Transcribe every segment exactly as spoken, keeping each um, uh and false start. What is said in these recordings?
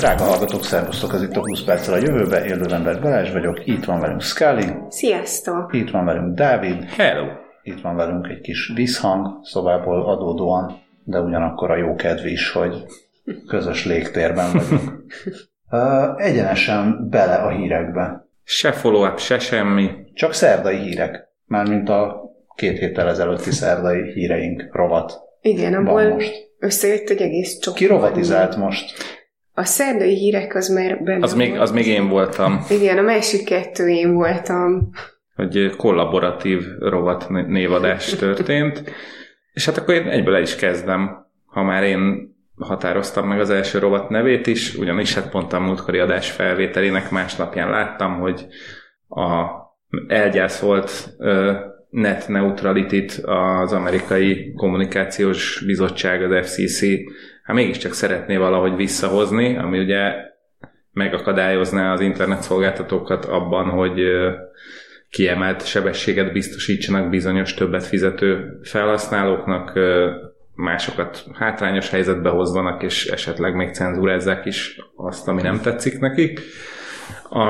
Drága hallgatók, szervusztok, ez itt a húsz perccel a jövőbe, Élőember Balázs vagyok, itt van velünk Scully. Sziasztok! Itt van velünk Dávid. Hello! Itt van velünk egy kis visszhang, szobából adódóan, de ugyanakkor a jó kedv is, hogy közös légtérben vagyunk. uh, egyenesen bele a hírekbe. Se follow-up, se semmi. Csak szerdai hírek, mármint a két héttel ezelőtti szerdai híreink rovat. Igen, abból összejött egy egész csoport. Ki rovatizált most? A szerdai hírek az már benne az még, az még én voltam. Igen, a másik kettő én voltam. Hogy kollaboratív rovat névadás történt. És hát akkor én egyből el is kezdem, ha már én határoztam meg az első rovat nevét is, ugyanis hát pont a múltkori adás felvételének másnapján láttam, hogy a elgyászolt uh, net neutrality-t az amerikai kommunikációs bizottság, az ef cé cé, hát mégiscsak szeretné valahogy visszahozni, ami ugye megakadályozná az internetszolgáltatókat abban, hogy uh, kiemelt sebességet biztosítsanak bizonyos többet fizető felhasználóknak, uh, másokat hátrányos helyzetbe hozzanak, és esetleg még cenzúrázzák is azt, ami nem tetszik nekik. A,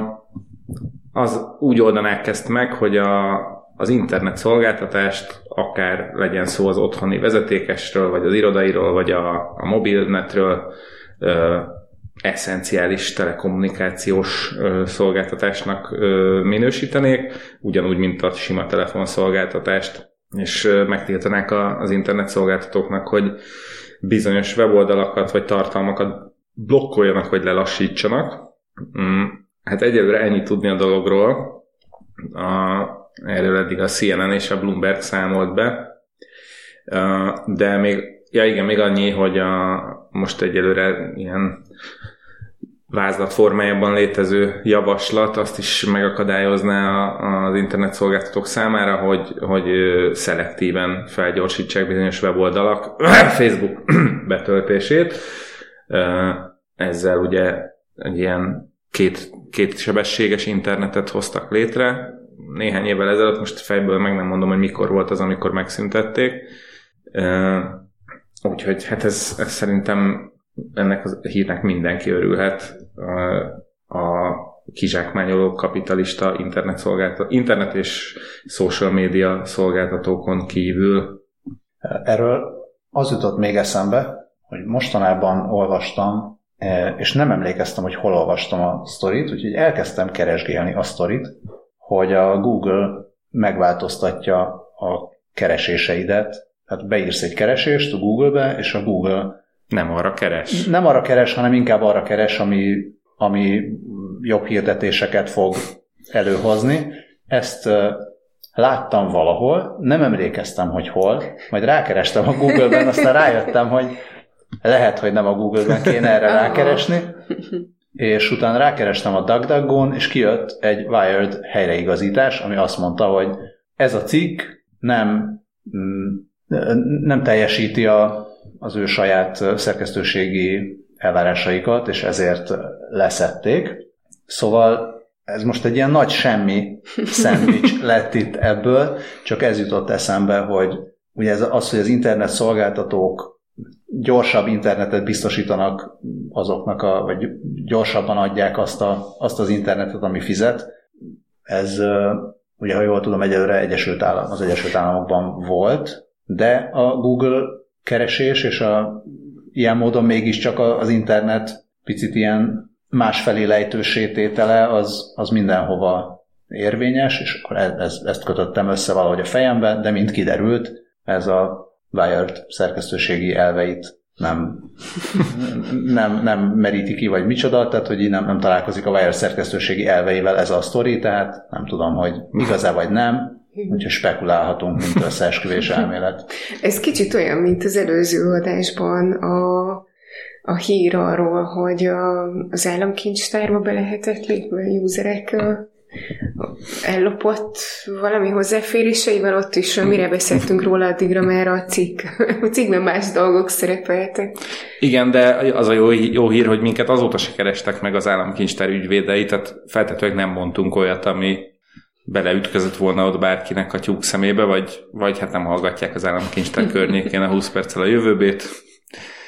az úgy oldanák ezt meg, hogy a, az internet szolgáltatást, akár legyen szó az otthoni vezetékesről, vagy az irodairól, vagy a, a mobilnetről, ö, eszenciális telekommunikációs ö, szolgáltatásnak ö, minősítenék, ugyanúgy, mint a sima telefonszolgáltatást, és megtiltanák az internet szolgáltatóknak, hogy bizonyos weboldalakat vagy tartalmakat blokkoljanak, vagy lelassítsanak. Hát egyelőre ennyit tudni a dologról. A, erről eddig a cé en en és a Bloomberg számolt be. De még, ja igen, még annyi, hogy a, most egyelőre ilyen vázlat formájában létező javaslat azt is megakadályozná az internetszolgáltatók számára, hogy, hogy szelektíven felgyorsítsák bizonyos weboldalak Facebook betöltését. Ezzel ugye egy ilyen két, két sebességes internetet hoztak létre. Néhány évvel ezelőtt, most fejből meg nem mondom, hogy mikor volt az, amikor megszüntették. Úgyhogy hát ez, ez szerintem ennek a hírnek mindenki örülhet. A kizsákmányoló kapitalista internet, internet és social media szolgáltatókon kívül. Erről az jutott még eszembe, hogy mostanában olvastam, és nem emlékeztem, hogy hol olvastam a sztorit, úgyhogy elkezdtem keresgélni a sztorit, hogy a Google megváltoztatja a kereséseidet. Tehát beírsz egy keresést a Google-be, és a Google nem arra keres. Nem arra keres, hanem inkább arra keres, ami, ami jobb hirdetéseket fog előhozni. Ezt uh, láttam valahol, nem emlékeztem, hogy hol, majd rákerestem a Google-ben, aztán rájöttem, hogy lehet, hogy nem a Google-ben kéne erre rákeresni, és utána rákerestem a DuckDuckGo-n, és kijött egy Wired helyreigazítás, ami azt mondta, hogy ez a cikk nem, nem teljesíti a az ő saját szerkesztőségi elvárásaikat, és ezért leszették. Szóval ez most egy ilyen nagy semmi szendvics lett itt ebből, csak ez jutott eszembe, hogy ugye ez az, hogy az internet szolgáltatók gyorsabb internetet biztosítanak azoknak, a, vagy gyorsabban adják azt, a, azt az internetet, ami fizet. Ez, ugye, ha jól tudom, egyelőre Egyesült Állam, az Egyesült Államokban volt, de a Google keresés, és a, ilyen módon mégiscsak az internet picit ilyen másfelé lejtőssé tétele, az, az mindenhova érvényes, és akkor ez, ezt kötöttem össze valahogy a fejembe, de mint kiderült, ez a Wired szerkesztőségi elveit nem, nem, nem meríti ki, vagy micsoda, tehát hogy így nem, nem találkozik a Wired szerkesztőségi elveivel ez a sztori, tehát nem tudom, hogy igaz-e vagy nem, úgyhogy spekulálhatunk, mint összeesküvés elmélet. Ez kicsit olyan, mint az előző adásban a, a hír arról, hogy a, az államkincstárba be lehetett lépni a userek ellopott valami hozzáféréseivel, ott is, mire beszéltünk róla, addigra már a cikk. A cikkben más dolgok szerepeltek. Igen, de az a jó, jó hír, hogy minket azóta se kerestek meg az államkincstár ügyvédei, tehát feltétlenül nem mondtunk olyat, ami beleütközött volna ott bárkinek a tyúk szemébe, vagy, vagy hát nem hallgatják az államkincstár környékén a húsz perccel a jövőbét.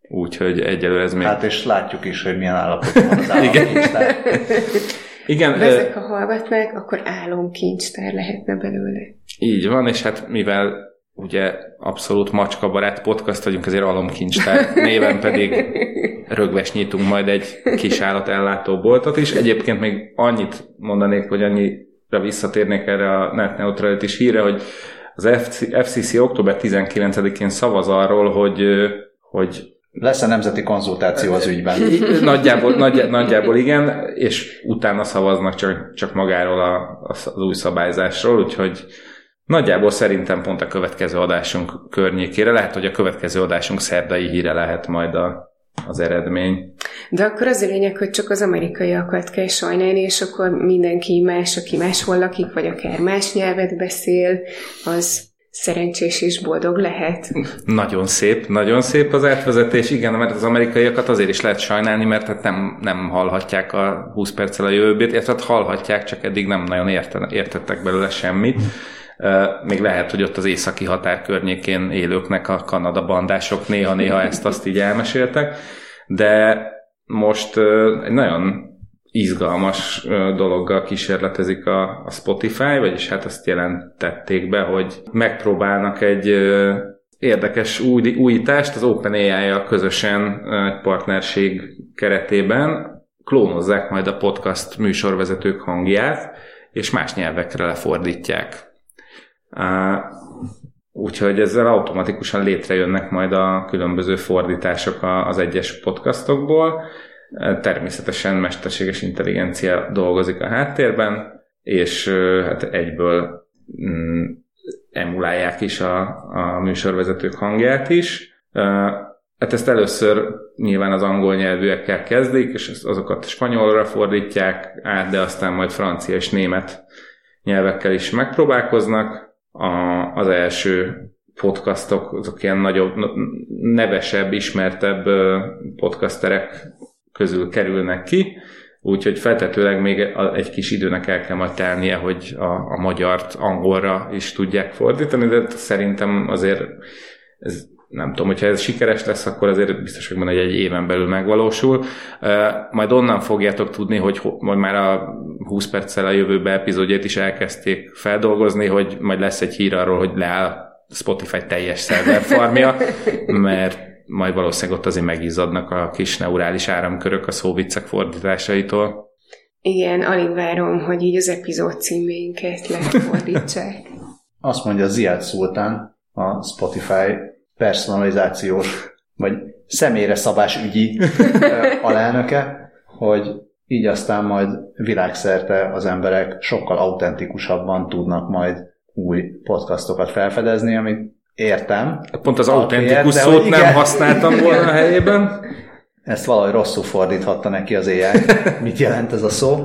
úgyhogy egyelőre ez még... Hát és látjuk is, hogy milyen állapotban van az államkincstár. Igen. De ezek ha hallgatnák, akkor álomkincstár lehetne belőle. Így van, és hát mivel ugye abszolút macskabarát podcast vagyunk, azért alomkincstár néven pedig rögves nyitunk majd egy kis állatellátó boltot is. Egyébként még annyit mondanék, hogy annyira visszatérnék erre a net neutralities hírre, hogy az ef cé cé október tizenkilencedikén szavaz arról, hogy, hogy lesz-e nemzeti konzultáció az ügyben? Nagyjából, nagy, nagyjából igen, és utána szavaznak csak, csak magáról a, az új szabályzásról, úgyhogy nagyjából szerintem pont a következő adásunk környékére, lehet, hogy a következő adásunk szerdai híre lehet majd a, az eredmény. De akkor az a lényeg, hogy csak az amerikaiakat kell sajnálni, és akkor mindenki más, aki máshol lakik, vagy akár más nyelvet beszél, az szerencsés és boldog lehet. Nagyon szép, nagyon szép az átvezetés. Igen, mert az amerikaiakat azért is lehet sajnálni, mert hát nem, nem hallhatják a húsz perccel a jövőbét, illetve hallhatják, csak eddig nem nagyon érte, értettek belőle semmit. Még lehet, hogy ott az északi határ környékén élőknek a Kanada bandások néha-néha ezt-azt így elmeséltek, de most egy nagyon izgalmas dologgal kísérletezik a, a Spotify, vagyis hát azt jelentették be, hogy megpróbálnak egy érdekes új, újítást az OpenAI-jal közösen egy partnerség keretében, klónozzák majd a podcast műsorvezetők hangját, és más nyelvekre lefordítják. Úgyhogy ezzel automatikusan létrejönnek majd a különböző fordítások az egyes podcastokból. Természetesen mesterséges intelligencia dolgozik a háttérben, és hát egyből mm, emulálják is a, a műsorvezetők hangját is. Hát ezt először nyilván az angol nyelvűekkel kezdik, és azokat spanyolra fordítják át, de aztán majd francia és német nyelvekkel is megpróbálkoznak. A, az első podcastok, azok ilyen nagyobb, nevesebb, ismertebb podcasterek közül kerülnek ki, úgyhogy feltetőleg még egy kis időnek el kell majd telnie, hogy a, a magyart angolra is tudják fordítani, de szerintem azért ez, nem tudom, hogyha ez sikeres lesz, akkor azért biztos, hogy egy éven belül megvalósul. Majd onnan fogjátok tudni, hogy majd már a húsz perccel a jövőbe epizódját is elkezdték feldolgozni, hogy majd lesz egy hír arról, hogy leáll Spotify teljes szerver farmja, mert majd valószínűleg ott azért megizzadnak a kis neurális áramkörök a szóviccek fordításaitól. Igen, alig várom, hogy így az epizód címeinket lefordítsák. Azt mondja Ziad Szultán, a Spotify personalizációs, vagy személyre szabás ügyi alelnöke, hogy így aztán majd világszerte az emberek sokkal autentikusabban tudnak majd új podcastokat felfedezni, amit értem. Pont az autentikus szót igen, nem használtam volna a helyében. Ezt valahogy rosszul fordíthatta neki az á i. Mit jelent ez a szó?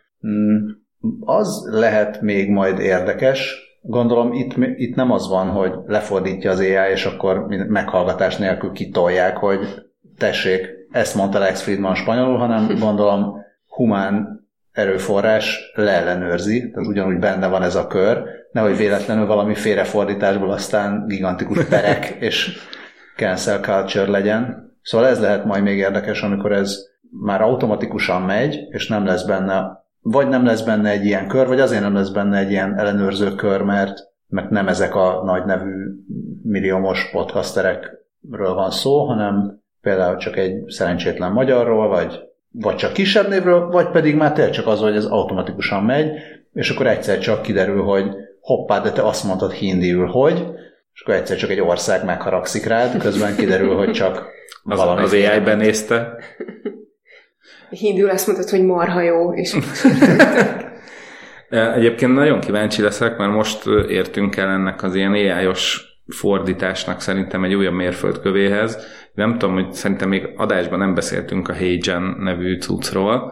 Az lehet még majd érdekes. Gondolom itt, itt nem az van, hogy lefordítja az á i, és akkor meghallgatás nélkül kitolják, hogy tessék, ezt mondta Lex Fridman spanyolul, hanem gondolom humán erőforrás leellenőrzi, tehát ugyanúgy benne van ez a kör, nehogy véletlenül valami félrefordításból aztán gigantikus perek és cancel culture legyen. Szóval ez lehet majd még érdekes, amikor ez már automatikusan megy, és nem lesz benne, vagy nem lesz benne egy ilyen kör, vagy azért nem lesz benne egy ilyen ellenőrző kör, mert, mert nem ezek a nagy nevű milliómos podcasterekről van szó, hanem például csak egy szerencsétlen magyarról, vagy, vagy csak kisebb névről, vagy pedig már tényleg csak az, hogy ez automatikusan megy, és akkor egyszer csak kiderül, hogy hoppá, de te azt mondtad hindiül, hogy, és akkor egyszer csak egy ország megharagszik rád, közben kiderül, hogy csak az, valami az á i-ben nézte. Hindiül azt mondtad, hogy marha jó, és egyébként nagyon kíváncsi leszek, mert most értünk el ennek az ilyen á i-os fordításnak szerintem egy újabb mérföldkövéhez. Nem tudom, hogy szerintem még adásban nem beszéltünk a HeyGen nevű cuccról,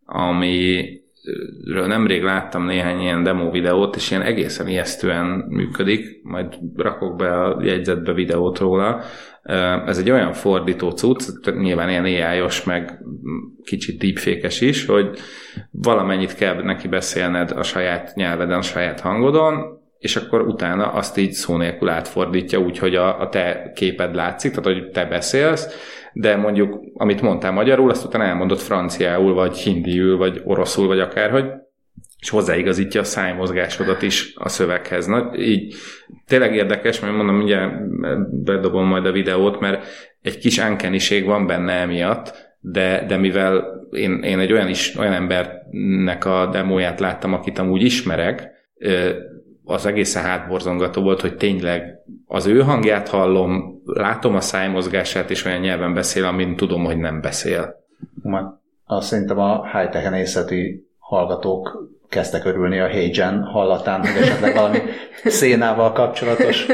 amiről nemrég láttam néhány ilyen demo videót, és ilyen egészen ijesztően működik, majd rakok be a jegyzetbe videót róla. Ez egy olyan fordító cucc, nyilván ilyen á i-os, meg kicsit deepfake-es is, hogy valamennyit kell neki beszélned a saját nyelveden, a saját hangodon, és akkor utána azt így szó nélkül átfordítja úgy, hogy a, a te képed látszik, tehát hogy te beszélsz, de mondjuk, amit mondtál magyarul, azt utána elmondott franciául, vagy hindiül, vagy oroszul, vagy akárhogy, és hozzáigazítja a szájmozgásodat is a szöveghez. Na, így tényleg érdekes, mert mondom, ugye bedobom majd a videót, mert egy kis uncanny-ség van benne emiatt, de, de mivel én, én egy olyan, is, olyan embernek a demóját láttam, akit amúgy ismerek, az egészen hátborzongató volt, hogy tényleg az ő hangját hallom, látom a szájmozgását, és olyan nyelven beszél, amin tudom, hogy nem beszél. Azt szerintem a high-techenészeti hallgatók kezdtek örülni a Hey Jen hallatán, hogy esetleg valami szénával kapcsolatos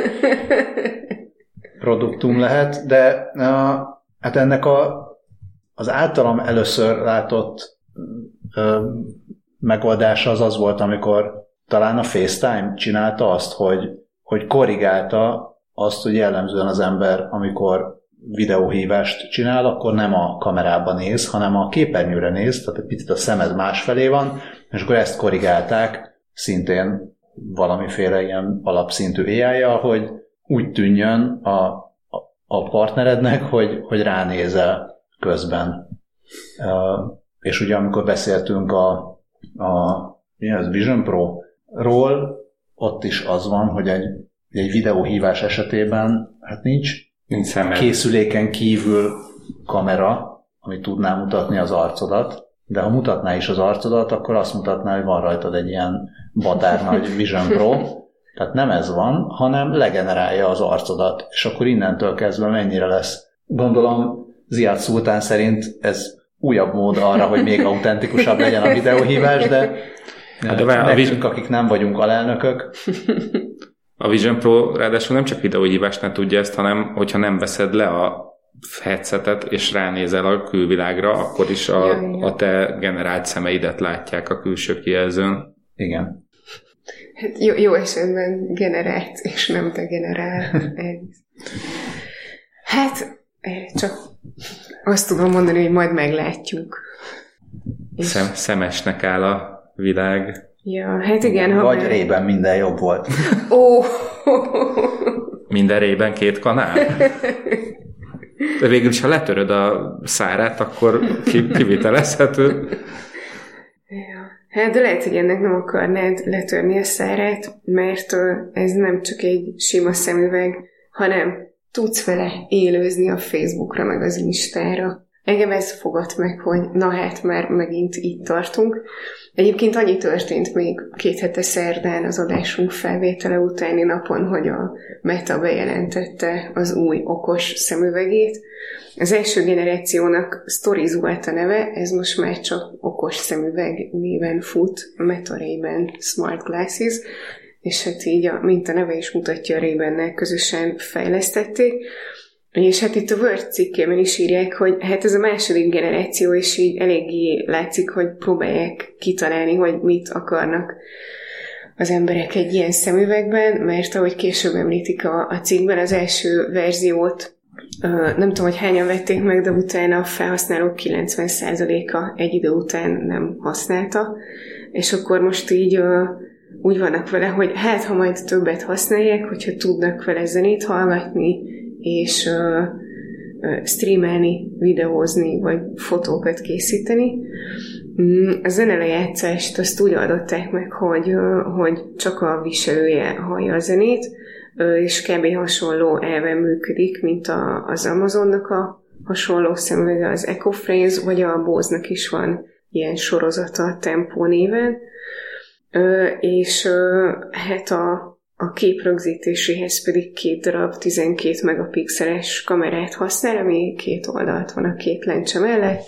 produktum lehet, de uh, hát ennek a, az általam először látott uh, megoldása az az volt, amikor talán a FaceTime csinálta azt, hogy, hogy korrigálta azt, hogy jellemzően az ember, amikor videóhívást csinál, akkor nem a kamerába néz, hanem a képernyőre néz, tehát egy picit a szemed másfelé van, és akkor ezt korrigálták szintén valamiféle ilyen alapszintű á í-jal, hogy úgy tűnjön a, a, a partnerednek, hogy, hogy ránézel közben. Uh, és ugye amikor beszéltünk a, a az Vision Pro-ról, ott is az van, hogy egy, egy videóhívás esetében hát nincs, nincs készüléken kívül kamera, ami tudná mutatni az arcodat, de ha mutatná is az arcodat, akkor azt mutatná, hogy van rajtad egy ilyen batár nagy Vision Pro, tehát nem ez van, hanem legenerálja az arcodat, és akkor innentől kezdve mennyire lesz. Gondolom Ziad Szultán szerint ez újabb mód arra, hogy még autentikusabb legyen a videóhívás, de, hát de nekünk, Vision... akik nem vagyunk alelnökök. A Vision Pro ráadásul nem csak videóhívásnál tudja ezt, hanem hogyha nem veszed le a headsetet és ránézel a külvilágra, akkor is a, ja, a te generált szemeidet látják a külső kijelzőn. Igen. Hát jó, jó esetben generált, és nem te generál. Hát csak azt tudom mondani, hogy majd meglátjuk. Szem, szemesnek áll a világ. Ja, hát igen. Vagy ha rében minden jobb volt. Ó! Oh. Minden rében két kanál? De végül is, ha letöröd a szárát, akkor kivitelezhető. Ja. Hát de lehet, hogy ennek nem akarnád letörni a szárát, mert ez nem csak egy sima szemüveg, hanem tudsz vele élőzni a Facebookra, meg az Instára. Engem ez fogott meg, hogy na hát már megint itt tartunk. Egyébként annyi történt még két hete szerdán az adásunk felvétele utáni napon, hogy a Meta bejelentette az új okos szemüvegét. Az első generációnak Stories volt a neve, ez most már csak okos szemüveg néven fut, a Meta Ray-Ban Smart Glasses, és hát így, a, mint a neve is mutatja, a Ray-Bannel közösen fejlesztették. És hát itt a Word cikkében is írják, hogy hát ez a második generáció, és így eléggé látszik, hogy próbálják kitalálni, hogy mit akarnak az emberek egy ilyen szemüvegben, mert ahogy később említik a, a cikkben, az első verziót nem tudom, hogy hányan vették meg, de utána a felhasználók kilencven százaléka egy idő után nem használta, és akkor most így úgy vannak vele, hogy hát ha majd többet használják, hogyha tudnak vele zenét hallgatni, és uh, uh, streamelni, videózni, vagy fotókat készíteni. Mm, a zenelejátszást azt úgy adották meg, hogy, uh, hogy csak a viselője hallja a zenét, uh, és kb. Hasonló elven működik, mint a, az Amazonnak a hasonló szemüvege, az Echo Frames, vagy a Bose-nak is van ilyen sorozata Tempo néven. Uh, és uh, hát a A kép rögzítéséhez pedig két darab tizenkét megapixeles kamerát használ, ami két oldalt van a két lencse mellett.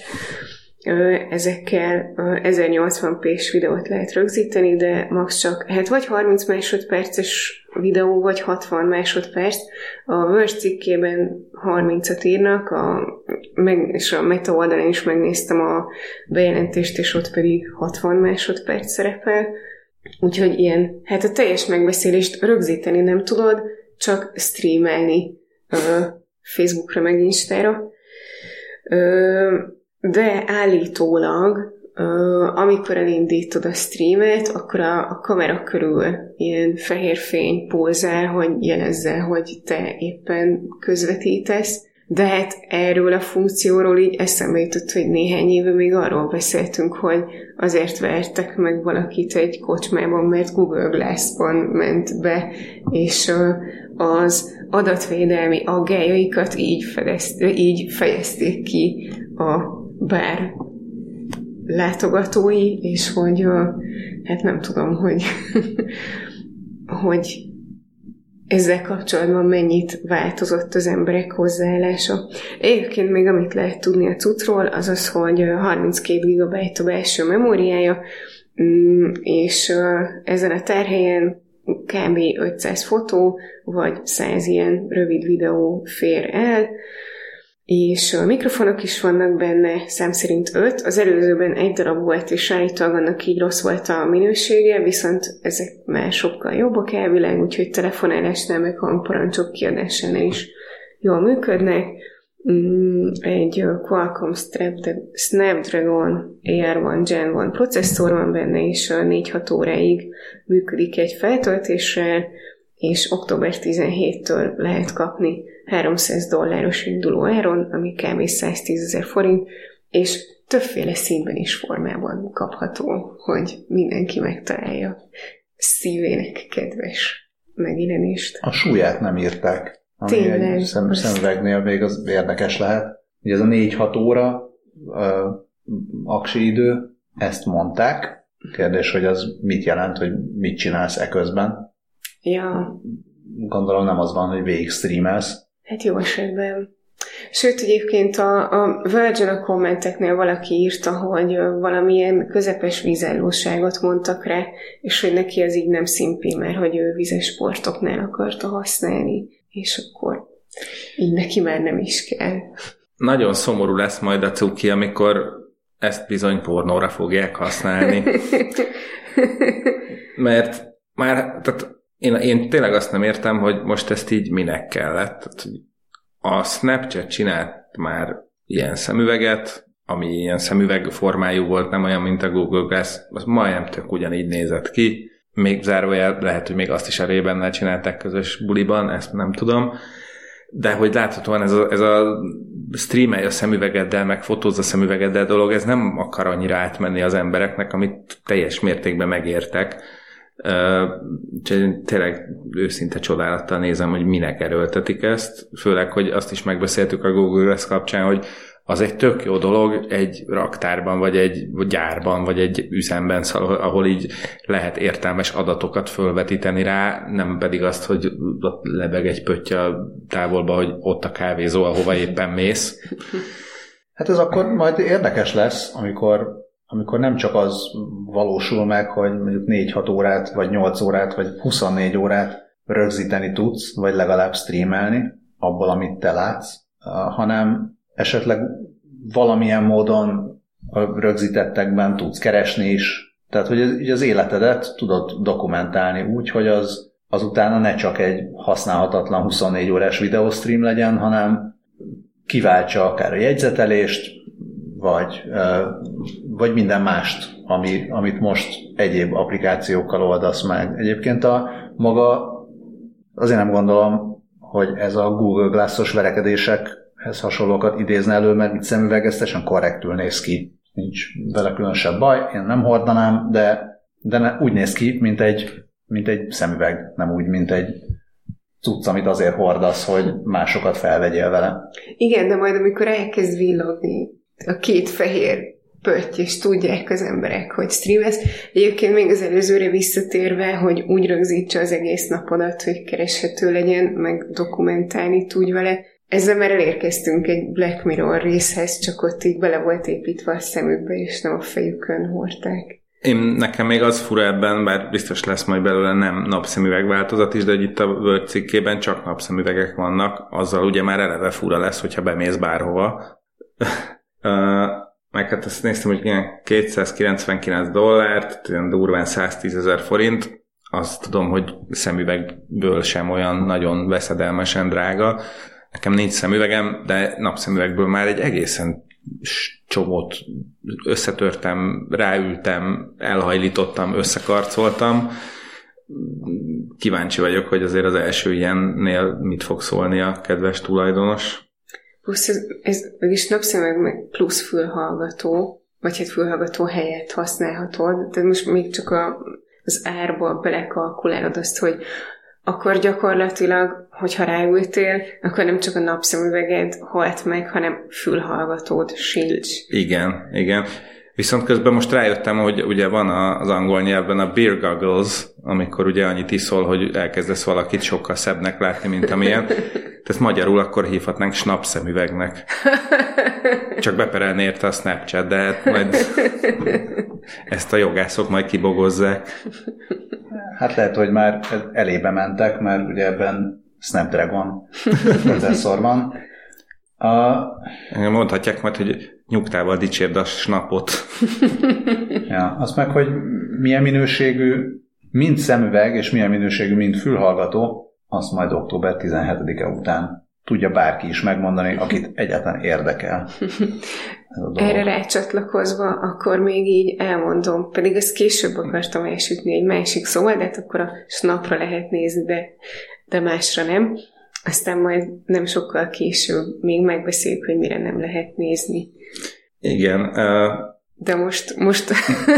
Ezekkel ezernyolcvan pé-s videót lehet rögzíteni, de max csak hát vagy harminc másodperces videó, vagy hatvan másodperc. A Word cikkében harmincat írnak, a, meg, és a Meta oldalán is megnéztem a bejelentést, és ott pedig hatvan másodperc szerepel. Úgyhogy ilyen, hát a teljes megbeszélést rögzíteni nem tudod, csak streamelni uh, Facebookra meg Instára. Uh, de állítólag, uh, amikor elindítod a streamet, akkor a, a kamera körül ilyen fehér fény pulzál, hogy jelezze, hogy te éppen közvetítesz. De hát erről a funkcióról így eszembe jutott, hogy néhány éve még arról beszéltünk, hogy azért vertek meg valakit egy kocsmában, mert Google Glass-ban ment be, és az adatvédelmi aggályaikat így, fedezte, így fejezték ki a bár látogatói, és hogy hát nem tudom, hogy hogy ezzel kapcsolatban mennyit változott az emberek hozzáállása. Egyébként még amit lehet tudni a cuccról, az az, hogy harminckét gigabyte a belső memóriája, és ezen a tárhelyen kb. ötszáz fotó, vagy száz ilyen rövid videó fér el, és a mikrofonok is vannak benne, szám szerint öt, az előzőben egy darab volt, és állítólag annak így rossz volt a minősége, viszont ezek már sokkal jobbak elvileg, úgyhogy telefonálásnál meg hangparancsok kiadásánál is jól működnek. Egy Qualcomm Snapdragon á er egy Gen egy processzor van benne, és négy-hat óráig működik egy feltöltéssel, és október tizenhétedikétől lehet kapni háromszáz dolláros induló áron, ami kb. száztízezer forint, és többféle színben és formában kapható, hogy mindenki megtalálja szívének kedves megjelenést. A súlyát nem írták, ami Tényleg, egy szem, szemüvegnél még az érdekes lehet. Ugye ez a négy-hat óra uh, aksi idő, ezt mondták. Kérdés, hogy az mit jelent, hogy mit csinálsz eközben. Ja. Gondolom nem az van, hogy végig streamelsz. Hát jó esetben. Sőt, egyébként a, a Virgin a kommenteknél valaki írta, hogy valamilyen közepes vízállóságot mondtak rá, és hogy neki az így nem szimpi, mert hogy ő vizes sportoknál akarta használni, és akkor így neki már nem is kell. Nagyon szomorú lesz majd a cuki, amikor ezt bizony pornóra fogják használni. Mert már, tehát Én, én tényleg azt nem értem, hogy most ezt így minek kellett. Tehát, a Snapchat csinált már ilyen szemüveget, ami ilyen szemüveg formájú volt, nem olyan, mint a Google Glass, az majdnem tök ugyanígy nézett ki. Még zárójel lehet, hogy még azt is a Ray-Bannel csinálták közös buliban, ezt nem tudom. De hogy láthatóan ez a, ez a streamelj a szemüvegeddel, meg fotózza a szemüvegeddel dolog, ez nem akar annyira átmenni az embereknek, amit teljes mértékben megértek. Uh, tényleg őszinte csodálattal nézem, hogy minek erőltetik ezt, főleg, hogy azt is megbeszéltük a Google Glass kapcsán, hogy az egy tök jó dolog egy raktárban, vagy egy gyárban, vagy egy üzemben, ahol így lehet értelmes adatokat fölvetíteni rá, nem pedig azt, hogy ott lebeg egy pötty a távolba, hogy ott a kávézó, ahova éppen mész. Hát ez akkor majd érdekes lesz, amikor amikor nem csak az valósul meg, hogy mondjuk négy-hat órát, vagy nyolc órát, vagy huszonnégy órát rögzíteni tudsz, vagy legalább streamelni abból, amit te látsz, hanem esetleg valamilyen módon a rögzítettekben tudsz keresni is. Tehát, hogy az, az életedet tudod dokumentálni úgy, hogy az, az utána ne csak egy használhatatlan huszonnégy órás videostream legyen, hanem kiváltsa akár a jegyzetelést, vagy, vagy minden mást, ami, amit most egyéb applikációkkal oldasz meg. Egyébként a maga, azért nem gondolom, hogy ez a Google Glass-os verekedésekhez hasonlókat idézne elő, mert itt szemüveg ez teljesen korrektül néz ki. Nincs vele különösebb baj, én nem hordanám, de, de ne, úgy néz ki, mint egy, mint egy szemüveg, nem úgy, mint egy cucc, amit azért hordasz, hogy másokat felvegyél vele. Igen, de majd amikor elkezd villogni a két fehér pötty, és tudják az emberek, hogy streamez. Egyébként még az előzőre visszatérve, hogy úgy rögzítse az egész napodat, hogy kereshető legyen, meg dokumentálni tudj vele. Ezzel már elérkeztünk egy Black Mirror részhez, csak ott így bele volt építve a szemükbe, és nem a fejükön hordták. Én, nekem még az fura ebben, bár biztos lesz majd belőle nem napszemüveg változat is, de hogy itt a Word cikkében csak napszemüvegek vannak, azzal ugye már eleve fura lesz, hogyha bemész bárhova. Uh, meg hát ezt néztem, hogy ilyen kétszázkilencvenkilenc dollárt, ilyen durván száztízezer forint, azt tudom, hogy szemüvegből sem olyan nagyon veszedelmesen drága. Nekem nincs szemüvegem, de napszemüvegből már egy egészen csomót összetörtem, ráültem, elhajlítottam, összekarcoltam. Kíváncsi vagyok, hogy azért az első ilyennél mit fog szólni a kedves tulajdonos. Plusz ez, ez mégis napszemüveg meg plusz fülhallgató, vagy hát fülhallgató helyett használhatod, tehát most még csak a, az árba belekalkulálod azt, hogy akkor gyakorlatilag, hogyha ráültél, akkor nem csak a napszemüveged halt meg, hanem fülhallgatód sincs. Igen, igen. Viszont közben most rájöttem, hogy ugye van az angol nyelvben a beer goggles, amikor ugye annyit iszol, hogy elkezdesz valakit sokkal szebbnek látni, mint amilyen. Tehát magyarul akkor hívhatnánk snapszemüvegnek. Csak beperelni érte a Snapchat, de hát majd ezt a jogászok majd kibogozzák. Hát lehet, hogy már elébe mentek, mert ugye ebben Snapdragon processzor van. A... Mondhatják majd, hogy nyugtával dicsérd a snapot. Ja, azt meg, hogy milyen minőségű mind szemüveg, és milyen minőségű mind fülhallgató, azt majd október tizenhetedike után tudja bárki is megmondani, akit egyáltalán érdekel. Erre rácsatlakozva, akkor még így elmondom, pedig ezt később akartam elsütni egy másik szóval, de hát akkor a snapra lehet nézni, de, de másra nem. Aztán majd nem sokkal később még megbeszéljük, hogy mire nem lehet nézni. Igen. Uh... De most, most,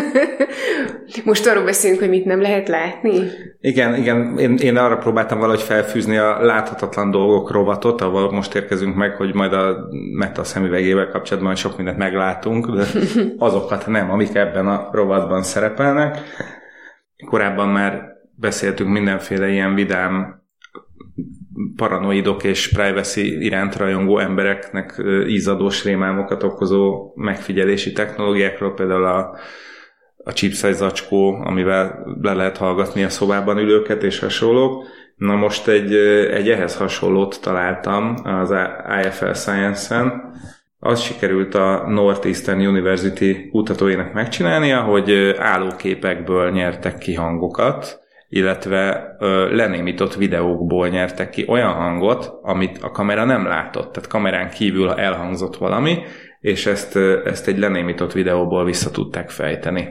most arról beszélünk, hogy mit nem lehet látni? Igen, igen. Én, én arra próbáltam valahogy felfűzni a láthatatlan dolgok rovatot, ahol most érkezünk meg, hogy majd a Meta szemüvegével kapcsolatban sok mindent meglátunk, de azokat nem, amik ebben a rovatban szerepelnek. Korábban már beszéltünk mindenféle ilyen vidám paranoidok és privacy iránt rajongó embereknek ízadós rémálmokat okozó megfigyelési technológiákról, például a, a chipsize zacskó, amivel le lehet hallgatni a szobában ülőket és hasonlók. Na most egy, egy ehhez hasonlót találtam az I F L Science-en. Az sikerült a Northeastern University kutatóinak megcsinálnia, hogy állóképekből nyertek ki hangokat, illetve ö, lenémított videókból nyertek ki olyan hangot, amit a kamera nem látott. Tehát kamerán kívül elhangzott valami, és ezt, ezt egy lenémított videóból vissza tudták fejteni.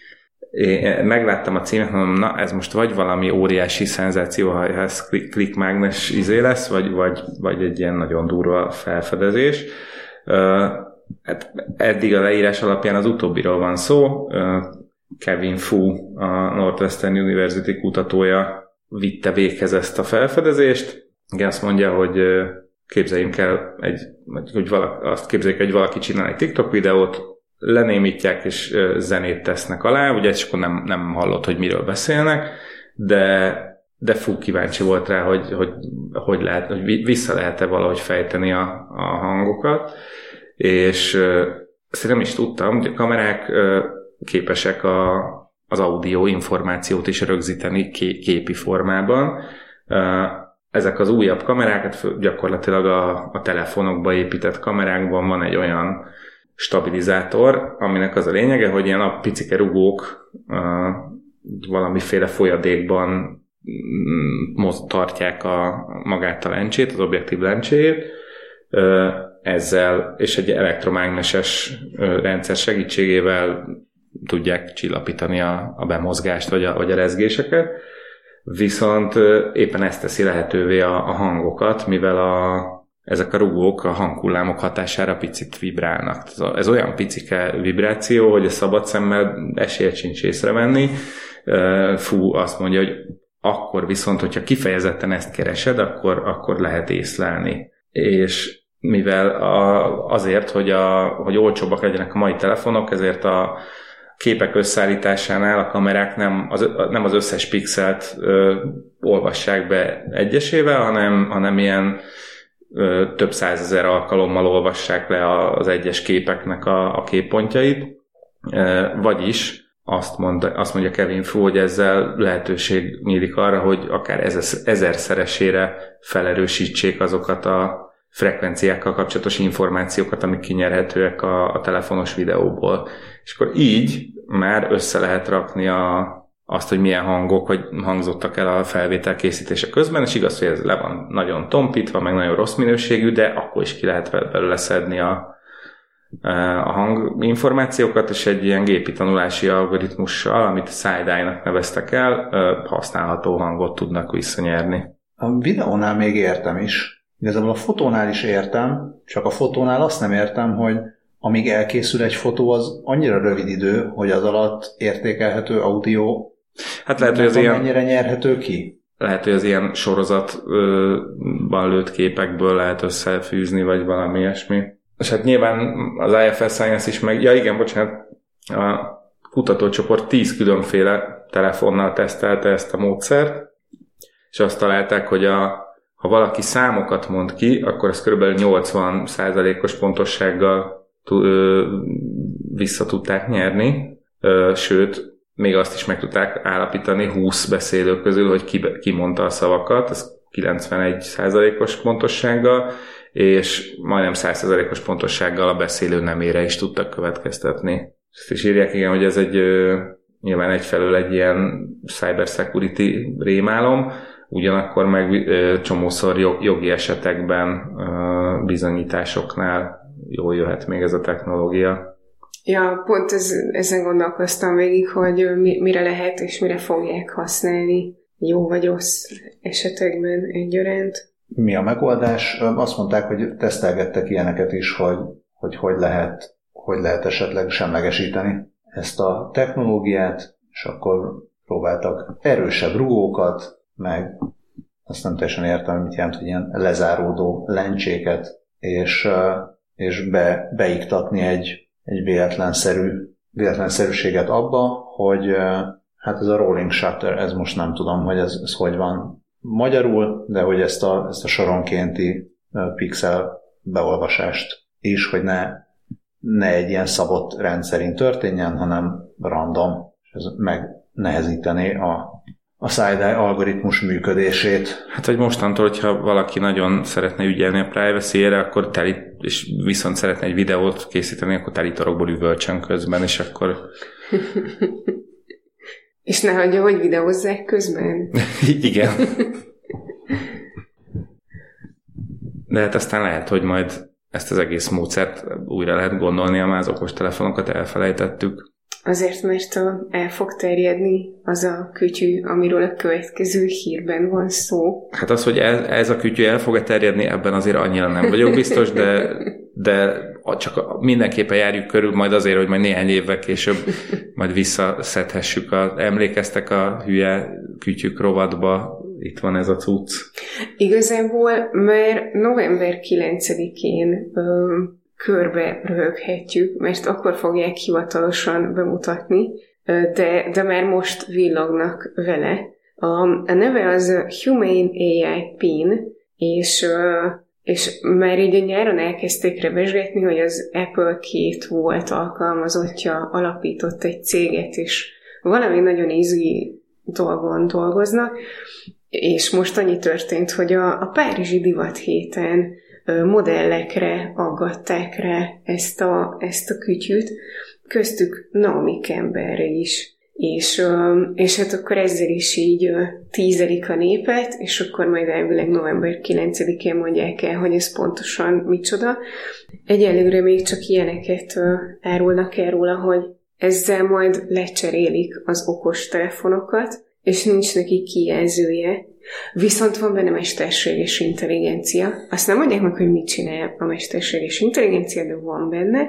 Én megláttam a címet, mondom, na ez most vagy valami óriási szenzáció, ha ez klikkmágnes izé lesz, vagy, vagy, vagy egy ilyen nagyon durva felfedezés. Ö, hát eddig a leírás alapján az utóbbiról van szó. Ö, Kevin Fu, a Northwestern University kutatója vitte véghez ezt a felfedezést. Igen, azt mondja, hogy képzeljünk el, egy, hogy valaki, azt képzeljük, hogy valaki csinál egy TikTok videót, lenémítják és zenét tesznek alá, ugye és akkor nem, nem hallott, hogy miről beszélnek, de, de Fu kíváncsi volt rá, hogy, hogy, hogy, lehet, hogy vissza lehet-e valahogy fejteni a, a hangokat, és ezt nem is tudtam, hogy a kamerák képesek a, az audio információt is rögzíteni képi formában. Ezek az újabb kamerák, gyakorlatilag a, a telefonokba épített kamerákban van egy olyan stabilizátor, aminek az a lényege, hogy ilyen a picike rugók valamiféle folyadékban tartják a, magát a lencsét, az objektív lencséjét, ezzel és egy elektromágneses rendszer segítségével tudják csillapítani a, a bemozgást, vagy a, vagy a rezgéseket. Viszont éppen ezt teszi lehetővé a, a hangokat, mivel a, ezek a rugók a hanghullámok hatására picit vibrálnak. Ez, a, ez olyan picike vibráció, hogy a szabad szemmel esélyt sincs észrevenni. Fú, azt mondja, hogy akkor viszont, hogyha kifejezetten ezt keresed, akkor, akkor lehet észlelni. És mivel a, azért, hogy, a, hogy olcsóbbak legyenek a mai telefonok, ezért a képek összeállításánál a kamerák nem az, nem az összes pixelt ö, olvassák be egyesével, hanem, hanem ilyen ö, több százezer alkalommal olvassák le az egyes képeknek a, a képpontjait. Ö, vagyis azt, mond, azt mondja Kevin Fu, hogy ezzel lehetőség nyílik arra, hogy akár ezer, ezerszeresére felerősítsék azokat a frekvenciákkal kapcsolatos információkat, amik kinyerhetőek a, a telefonos videóból. És akkor így már össze lehet rakni a, azt, hogy milyen hangok, hogy hangzottak el a felvétel készítése közben, és igaz, hogy ez le van nagyon tompítva, meg nagyon rossz minőségű, de akkor is ki lehet belőle szedni a, a hanginformációkat, és egy ilyen gépi tanulási algoritmussal, amit Side-Eye-nak neveztek el, használható hangot tudnak visszanyerni. A videónál még értem is, igazából a fotónál is értem, csak a fotónál azt nem értem, hogy amíg elkészül egy fotó, az annyira rövid idő, hogy az alatt értékelhető audio hát lehet, hogy az ilyen, mennyire nyerhető ki? Lehet, hogy az ilyen sorozatban lőtt képekből lehet összefűzni, vagy valami ilyesmi. És hát nyilván az I F S Science is meg... Ja igen, bocsánat, a kutatócsoport tíz különféle telefonnal tesztelte ezt a módszert, és azt találták, hogy a, ha valaki számokat mond ki, akkor ezt kb. nyolcvan százalékos pontossággal ö, vissza tudták nyerni, ö, sőt, még azt is meg tudták állapítani húsz beszélő közül, hogy ki, ki mondta a szavakat, ez kilencvenegy százalékos pontossággal, és majdnem száz százalékos pontossággal a beszélő nemére is tudtak következtetni. Ezt is írják, igen, hogy ez egy nyilván egyfelől egy ilyen cybersecurity rémálom, ugyanakkor meg csomószor jogi esetekben, bizonyításoknál jól jöhet még ez a technológia. Ja, pont ez, ezen gondolkoztam végig, hogy mi, mire lehet és mire fogják használni jó vagy rossz esetekben egyaránt. Mi a megoldás? Azt mondták, hogy tesztelgettek ilyeneket is, hogy hogy, hogy lehet hogy lehet esetleg semlegesíteni ezt a technológiát, és akkor próbáltak erősebb rugókat, meg azt nem teljesen értem, hogy mit jelent, hogy ilyen lezáródó lencséket, és, és be, beiktatni egy, egy véletlenszerű, véletlenszerűséget abba, hogy hát ez a rolling shutter, ez most nem tudom, hogy ez, ez hogy van magyarul, de hogy ezt a, ezt a soronkénti pixel beolvasást is, hogy ne ne egy ilyen szabott rendszerint történjen, hanem random, és ez megnehezítené a, a side-eye algoritmus működését. Hát, hogy mostantól, hogyha valaki nagyon szeretne ügyelni a privacy-ére, akkor teli, és viszont szeretne egy videót készíteni, akkor telitorokból üvölcsön közben, és akkor... És ne hagyja, hogy videózzák közben. Igen. De hát aztán lehet, hogy majd ezt az egész módszert újra lehet gondolni, amár az okostelefonokat elfelejtettük. Azért, mert el fog terjedni az a kütyű, amiről a következő hírben van szó. Hát az, hogy ez, ez a kütyű el fog-e terjedni, ebben azért annyira nem vagyok biztos, de, de csak mindenképpen járjuk körül majd azért, hogy majd néhány évvel később majd visszaszedhessük. A, emlékeztek a hülye kütyük rovatba, itt van ez a cucc. Igazából már november kilencedikén ö, körbe röhöghetjük, mert akkor fogják hivatalosan bemutatni, ö, de, de már most villognak vele. A, a neve az Humane á i Pin, és, ö, és már így a nyáron elkezdték rebesgetni, hogy az Apple két volt alkalmazottja, alapított egy céget, és valami nagyon easy dolgon dolgoznak, és most annyi történt, hogy a, a Párizsi Divat héten ö, modellekre aggatták rá ezt a, ezt a kütyűt, köztük Naomi Campbellre is. És, ö, és hát akkor ezzel is így ö, tízelik a népet, és akkor majd elvileg november kilencedikén mondják el, hogy ez pontosan micsoda. Egyelőre még csak ilyeneket ö, árulnak el róla, hogy ezzel majd lecserélik az okos telefonokat, és nincs neki kijelzője. Viszont van benne mesterséges intelligencia. Azt nem mondják meg, hogy mit csinál a mesterséges intelligencia, de van benne.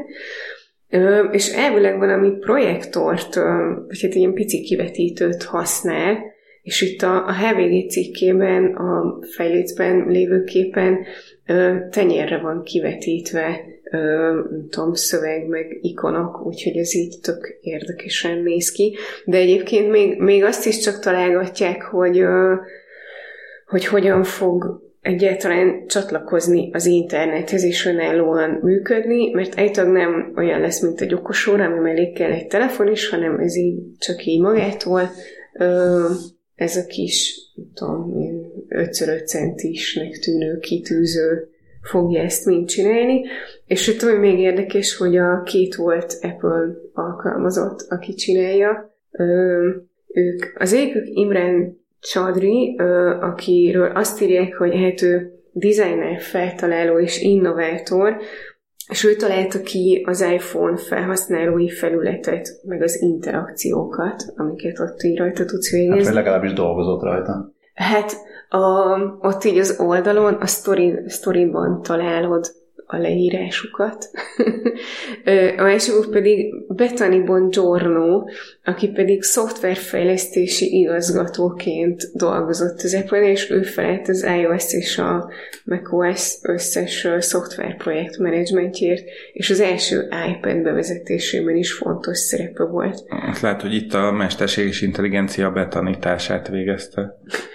Ö, és elvileg valami projektort, ö, vagy hát ilyen pici kivetítőt használ, és itt a, a há vé gé cikkében, a fejlécben lévő képen ö, tenyérre van kivetítve, ö, nem tudom, szöveg, meg ikonok, úgyhogy ez így tök érdekesen néz ki. De egyébként még, még azt is csak találgatják, hogy, ö, hogy hogyan fog egyáltalán csatlakozni az internethez és önállóan működni, mert egyáltalán nem olyan lesz, mint egy okos óra, ami mellé kell egy telefon is, hanem ez így csak így magától. Ö, ez a kis, nem tudom, öt öt centisnek tűnő kitűző fogja ezt mind csinálni, és itt ami még érdekes, hogy a két volt Apple alkalmazott, aki csinálja, ö, ők, az egyikük Imran Chaudhry, ö, akiről azt írják, hogy hát ő designer, feltaláló és innovátor, és ő találta ki az iPhone felhasználói felületet, meg az interakciókat, amiket ott így rajta tudsz végezni. Hát, vagy legalábbis dolgozott rajta. Hát A, ott így az oldalon, a story, storyban találod a leírásukat. A másik pedig Bethany Bongiorno, aki pedig szoftverfejlesztési igazgatóként dolgozott az Apple, és ő felelt az iOS és a macOS összes szoftverprojekt menedzsmentjét, és az első iPad bevezetésében is fontos szerepe volt. Azt lehet, hogy itt a mesterséges intelligencia betanítását végezte.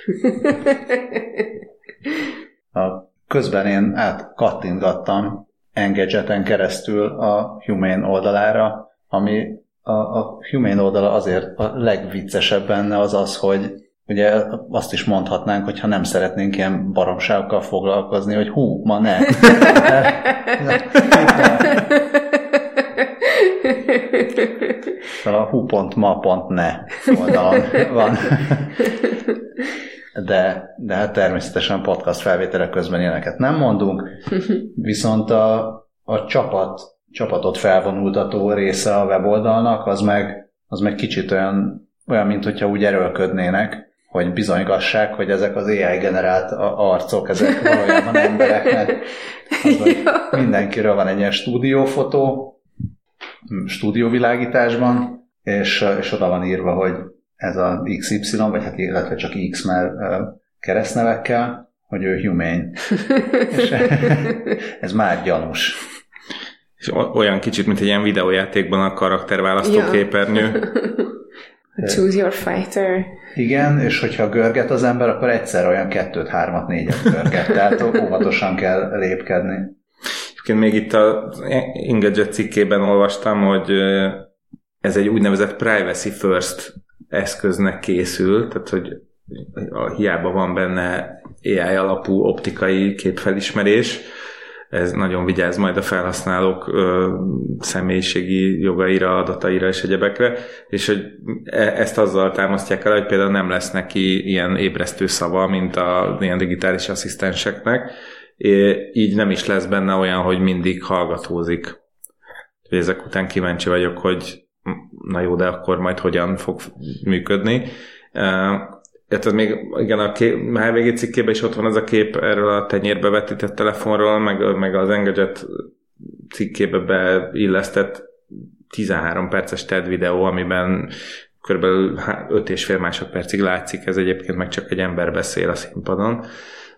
A Közben én átkattintgattam Engadgeten keresztül a Humane oldalára, ami a, a Humane oldala azért a legviccesebb benne az az, hogy ugye azt is mondhatnánk, hogy ha nem szeretnénk ilyen baromságokkal foglalkozni, hogy hú, ma ne. A hú pont ma pont ne oldalon van. De, de hát természetesen podcast felvételek közben ilyeneket nem mondunk, viszont a, a csapat, csapatot felvonultató része a weboldalnak, az meg, az meg kicsit olyan, olyan, mint hogyha úgy erőlködnének, hogy bizonygassák, hogy ezek az á i-generált arcok, ezek valójában embereknek. Az, mindenkiről van egy ilyen stúdiófotó, stúdióvilágításban, és, és oda van írva, hogy ez a iksz ipszilon, vagy hát illetve csak X, mert keresztnevekkel, hogy ő Humane. És ez már gyanús. És olyan kicsit, mint egy ilyen videójátékban a karakterválasztó ja. képernyő. Choose your fighter. Igen, és hogyha görget az ember, akkor egyszer olyan kettőt, hármat, négyet görget. Tehát óvatosan kell lépkedni. Egyébként még itt az Engadget cikkében olvastam, hogy ez egy úgynevezett privacy first eszköznek készül, tehát hogy hiába van benne á i alapú optikai képfelismerés, ez nagyon vigyáz majd a felhasználók ö, személyiségi jogaira, adataira és egyebekre, és hogy ezt azzal támasztják el, hogy például nem lesz neki ilyen ébresztő szava, mint a ilyen digitális asszisztenseknek, így nem is lesz benne olyan, hogy mindig hallgatózik. Ezek után kíváncsi vagyok, hogy na jó, de akkor majd hogyan fog működni. Tehát még igen, a há vé gé cikkében is ott van az a kép erről a tenyérbe vetített telefonról, meg, meg az Engadget cikkébe beillesztett tizenhárom perces té e dé videó, amiben kb. öt és fél másodpercig látszik, ez egyébként meg csak egy ember beszél a színpadon.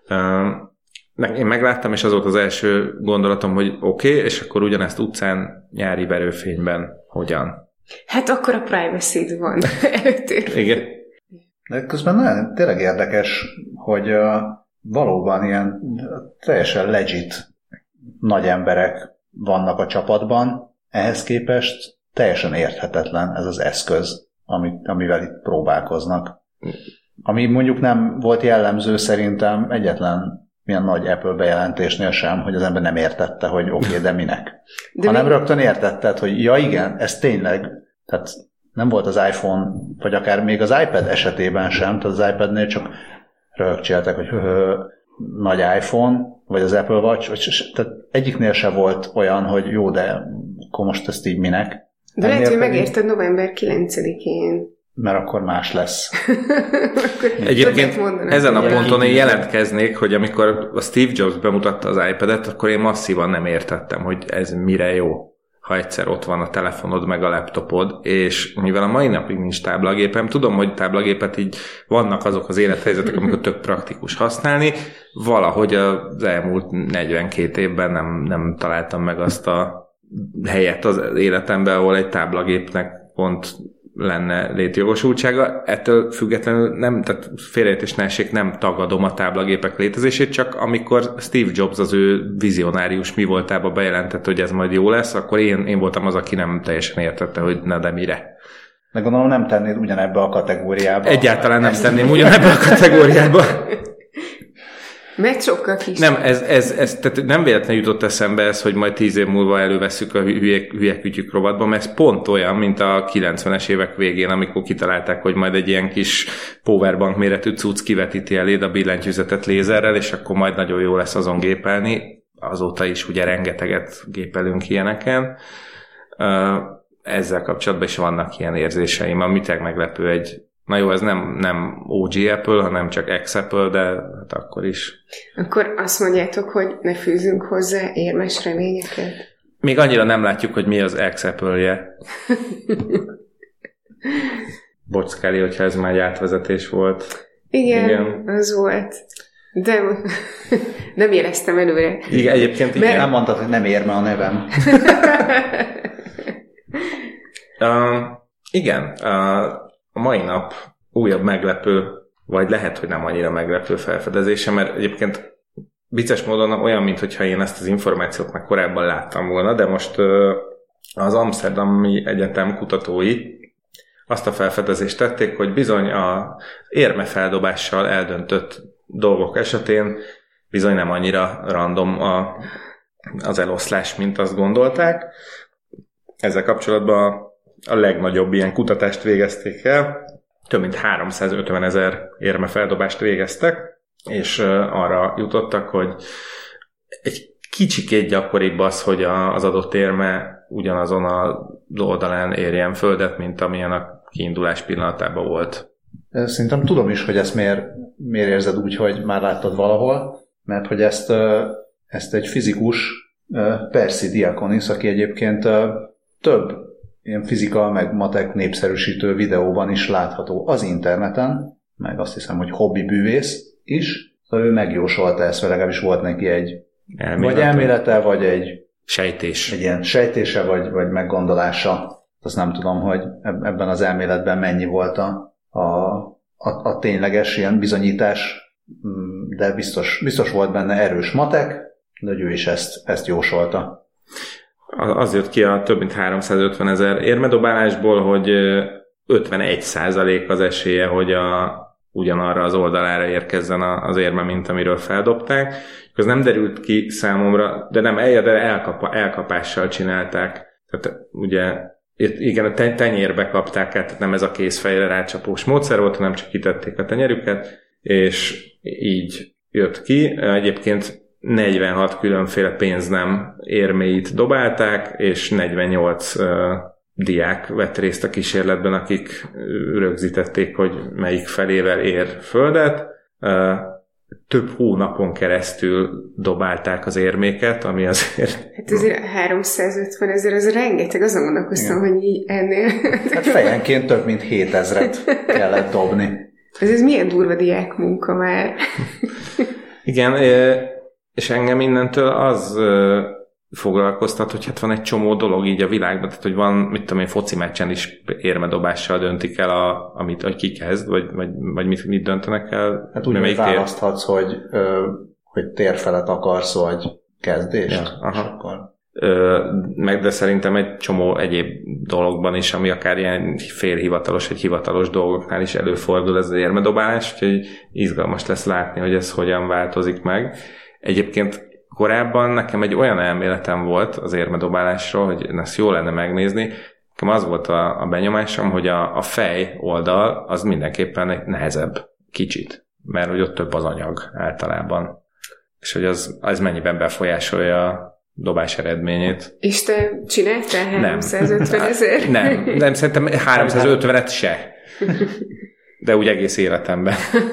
Én megláttam, és az volt az első gondolatom, hogy oké, okay, és akkor ugyanezt utcán nyári verőfényben hogyan? Hát akkor a privacy-d van előttérben. Igen. De közben nagyon tényleg érdekes, hogy uh, valóban ilyen teljesen legit nagy emberek vannak a csapatban, ehhez képest teljesen érthetetlen ez az eszköz, amit, amivel itt próbálkoznak. Ami mondjuk nem volt jellemző szerintem egyetlen milyen nagy Apple bejelentésnél sem, hogy az ember nem értette, hogy oké, okay, de minek. De hanem mi... rögtön értetted, hogy ja igen, ez tényleg, tehát nem volt az iPhone, vagy akár még az iPad esetében sem, tehát az iPadnél csak rögcséltek, hogy hö, hö, nagy iPhone, vagy az Apple Watch, vagy, tehát egyiknél se volt olyan, hogy jó, de akkor most ezt így minek. De ennél lehet, hogy pedig... megérted november kilencedikén. Mert akkor más lesz. Egyébként ezen a ponton én jelentkeznék, hogy amikor a Steve Jobs bemutatta az iPadet, akkor én masszívan nem értettem, hogy ez mire jó, ha egyszer ott van a telefonod meg a laptopod, és mivel a mai napig nincs táblagépem, tudom, hogy táblagépet így vannak azok az élethelyzetek, amikor tök praktikus használni, valahogy az elmúlt negyvenkét évben nem, nem találtam meg azt a helyet az életemben, ahol egy táblagépnek pont lenne létjogosultsága. Ettől függetlenül nem, tehát félreértés ne essék, nem tagadom a táblagépek létezését, csak amikor Steve Jobs az ő vizionárius mi voltába bejelentett, hogy ez majd jó lesz, akkor én, én voltam az, aki nem teljesen értette, hogy na de mire. De gondolom nem tennéd ugyanebbe a kategóriába. Egyáltalán nem tenném ugyanebbe a kategóriába. Mert sokkal kis. Nem, ez, ez, ez, tehát nem véletlenül jutott eszembe ez, hogy majd tíz év múlva elővesszük a hülyek, hülyek ügyük rovatban, mert ez pont olyan, mint a kilencvenes évek végén, amikor kitalálták, hogy majd egy ilyen kis powerbank méretű cucc kivetíti eléd a billentyűzetet lézerrel, és akkor majd nagyon jó lesz azon gépelni. Azóta is ugye rengeteget gépelünk ilyeneken. Ezzel kapcsolatban is vannak ilyen érzéseim. Ami tényleg meglepő egy Na jó, ez nem, nem o gé Apple, hanem csak ex-Apple, de hát akkor is. Akkor azt mondjátok, hogy ne fűzünk hozzá érmes reményeket? Még annyira nem látjuk, hogy mi az ex-Apple-je. Bocs, Kelly, hogyha ez már egy átvezetés volt. Igen, igen. Az volt. De nem éreztem előre. Igen, egyébként igen. Mert... Nem mondtad, hogy nem érme a nevem. uh, igen, uh, a mai nap újabb meglepő, vagy lehet, hogy nem annyira meglepő felfedezése, mert egyébként vicces módon olyan, mintha én ezt az információt már korábban láttam volna, de most uh, az Amsterdami Egyetem kutatói azt a felfedezést tették, hogy bizony a érmefeldobással eldöntött dolgok esetén bizony nem annyira random a, az eloszlás, mint azt gondolták. Ezzel kapcsolatban a legnagyobb ilyen kutatást végezték el, több mint háromszázötven ezer érmefeldobást végeztek, és arra jutottak, hogy egy kicsikét gyakoribb az, hogy az adott érme ugyanazon az oldalán érjen földet, mint amilyen a kiindulás pillanatában volt. Szerintem tudom is, hogy ezt miért, miért érzed úgy, hogy már láttad valahol, mert hogy ezt, ezt egy fizikus, Percy Diakonis, aki egyébként több ilyen fizika meg matek népszerűsítő videóban is látható az interneten, meg azt hiszem, hogy hobbibűvész is, szóval ő megjósolta ezt, vagy legalábbis volt neki egy elmélete, vagy elmélete, vagy egy sejtés. Egy ilyen sejtése, vagy, vagy meggondolása. Azt nem tudom, hogy ebben az elméletben mennyi volt a, a, a, a tényleges ilyen bizonyítás, de biztos, biztos volt benne erős matek, de ő is ezt, ezt jósolta. Az jött ki a több mint háromszázötven ezer érmedobálásból, hogy ötvenegy százalék az esélye, hogy a, ugyanarra az oldalára érkezzen az érme, mint amiről feldobták. Ez nem derült ki számomra, de nem eljed, de elkap, elkapással csinálták. Tehát ugye igen, a tenyérbe kapták át, tehát nem ez a kézfejre rácsapós módszer volt, hanem csak kitették a tenyerüket, és így jött ki. Egyébként negyvenhat különféle pénznem érméit dobálták, és negyvennyolc uh, diák vett részt a kísérletben, akik rögzítették, hogy melyik felével ér földet. Uh, több hónapon keresztül dobálták az érméket, ami azért... Hát azért háromszázötven ezer, az rengeteg, azon gondolkoztam, hogy így ennél... Hát fejenként több mint hétezret kellett dobni. Ez, ez milyen durva diák munka már. Igen, és engem innentől az foglalkoztat, hogy hát van egy csomó dolog így a világban, tehát hogy van, mit tudom én, foci meccsen is érmedobással döntik el, a, amit, hogy ki kezd, vagy, vagy, vagy mit, mit döntenek el. Hát úgy, hogy választhatsz, hogy, ö, hogy térfelet akarsz, vagy kezdést. Ja, aha. Akkor... Ö, meg de szerintem egy csomó egyéb dologban is, ami akár ilyen félhivatalos, vagy hivatalos dolgoknál is előfordul ez az érmedobálás, úgyhogy izgalmas lesz látni, hogy ez hogyan változik meg. Egyébként korábban nekem egy olyan elméletem volt az érmedobálásról, hogy ezt jó lenne megnézni. Nekem az volt a, a benyomásom, hogy a, a fej oldal az mindenképpen nehezebb kicsit, mert hogy ott több az anyag általában. És hogy az, az mennyiben befolyásolja a dobás eredményét. És te csináltál háromszázötven ezer? Nem, nem, szerintem háromszázötvenet se. De úgy egész életemben.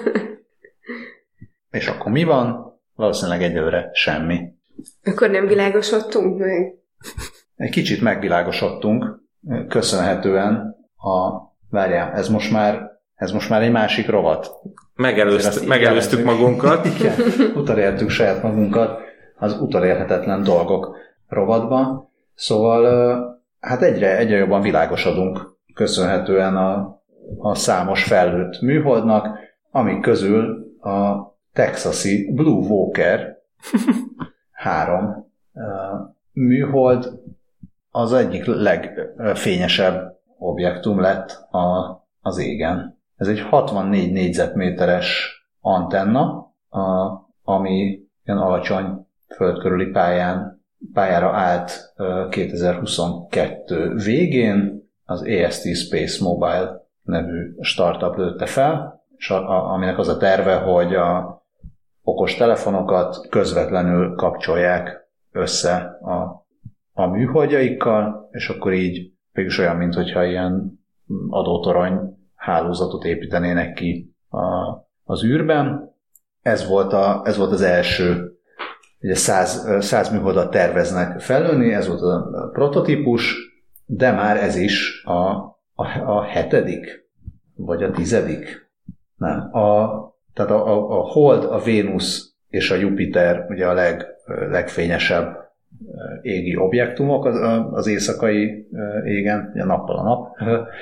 És akkor mi van? Valószínűleg egyelőre semmi. Akkor nem világosodtunk meg? Egy kicsit megvilágosodtunk, köszönhetően a... Várjál, ez most már, ez most már egy másik rovat. Megelőzt, megelőztük magunkat. Igen, utolértük saját magunkat az utolérhetetlen dolgok rovatban. Szóval hát egyre, egyre jobban világosodunk köszönhetően a, a számos felhőtt műholdnak, amik közül a texasi Blue Walker három uh, műhold az egyik legfényesebb objektum lett a, az égen. Ez egy hatvannégy négyzetméteres antenna, a, ami ilyen alacsony földkörüli pályán, pályára állt uh, kétezer-huszonkettő végén, az á es té Space Mobile nevű startup lőtte fel, és a, a, aminek az a terve, hogy a okos telefonokat közvetlenül kapcsolják össze a, a műholdjaikkal, és akkor így mégis olyan, mintha ilyen adótorony hálózatot építenének ki a, az űrben. Ez volt, a, ez volt az első, ugye száz, száz műholdat terveznek fellőni, ez volt a prototípus, de már ez is a, a, a hetedik, vagy a tizedik. Nem, a, tehát a, a, a Hold, a Vénusz és a Jupiter ugye a leg, legfényesebb égi objektumok az, az éjszakai égen, a nappal a nap,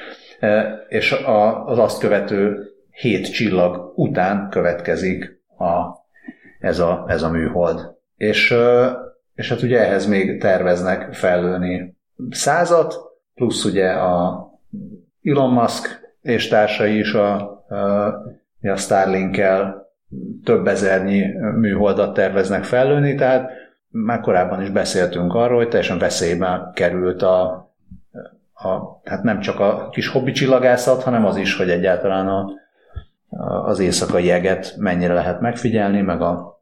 és a, az azt követő hét csillag után következik a, ez, a, ez a műhold. És, és hát ugye ehhez még terveznek fellőni százat, plusz ugye a Elon Musk és társai is a, a, a Starlink-kel több ezernyi műholdat terveznek fellőni, tehát már korábban is beszéltünk arról, hogy teljesen veszélybe került a, a hát nem csak a kis hobbi csillagászat, hanem az is, hogy egyáltalán a, a, az éjszakai jeget mennyire lehet megfigyelni, meg a,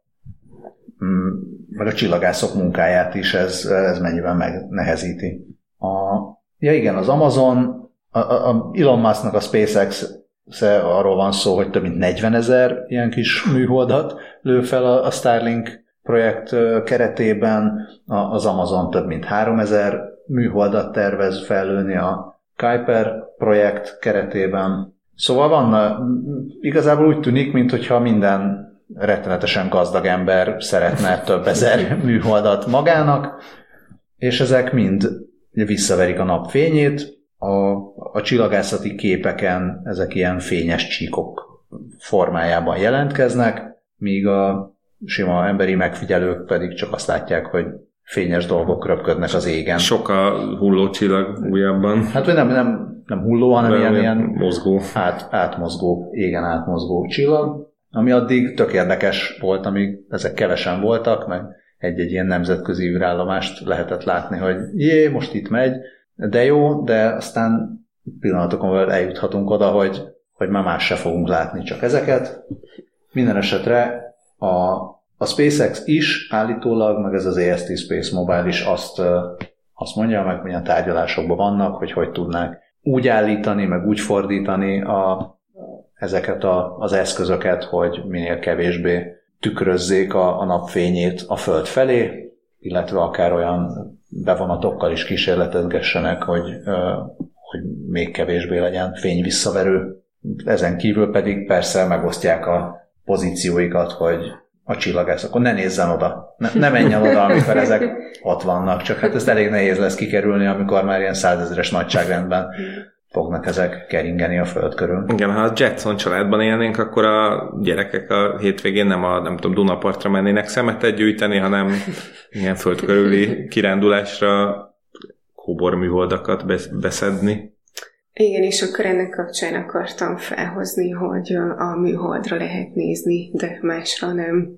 meg a csillagászok munkáját is ez, ez mennyiben megnehezíti. A, ja igen, az Amazon, a, a Elon Musknak a SpaceX arról van szó, hogy több mint negyvenezer ilyen kis műholdat lő fel a, a Starlink projekt keretében, az Amazon több mint háromezer műholdat tervez fellőni a Kuiper projekt keretében. Szóval van, igazából úgy tűnik, mintha minden rettenetesen gazdag ember szeretne több ezer műholdat magának, és ezek mind visszaverik a nap fényét. A, a csillagászati képeken ezek ilyen fényes csíkok formájában jelentkeznek, míg a sima emberi megfigyelők pedig csak azt látják, hogy fényes dolgok röpködnek az égen. Sok a hulló csillag újabban. Hát vagy nem, nem, nem hulló, hanem ilyen, ilyen mozgó. Át, átmozgó, égen átmozgó csillag, ami addig tök érdekes volt, amíg ezek kevesen voltak, meg egy-egy ilyen nemzetközi űrállomást lehetett látni, hogy jé, most itt megy, de jó, de aztán pillanatokon belül eljuthatunk oda, hogy, hogy már más se fogunk látni, csak ezeket. Minden esetre a, a SpaceX is állítólag, meg ez az á es té Space Mobile is azt, azt mondja, meg milyen tárgyalásokban vannak, hogy hogy tudnák úgy állítani, meg úgy fordítani a, ezeket a, az eszközöket, hogy minél kevésbé tükrözzék a, a napfényét a Föld felé, illetve akár olyan bevonatokkal is kísérletezgessenek, hogy, hogy még kevésbé legyen fényvisszaverő. Ezen kívül pedig persze megosztják a pozícióikat, hogy a csillagász, akkor ne nézzen oda, ne, ne menjen oda, amikor ezek ott vannak, csak hát ezt elég nehéz lesz kikerülni, amikor már ilyen százezeres nagyságrendben fognak ezek keringeni a Föld körül. Igen, ha a Jetson családban élnénk, akkor a gyerekek a hétvégén nem a, nem tudom, Dunapartra mennének szemetet gyűjteni, hanem ilyen föld körüli kirándulásra kóborműholdakat beszedni. Igen, és akkor ennek kapcsán akartam felhozni, hogy a műholdra lehet nézni, de másra nem.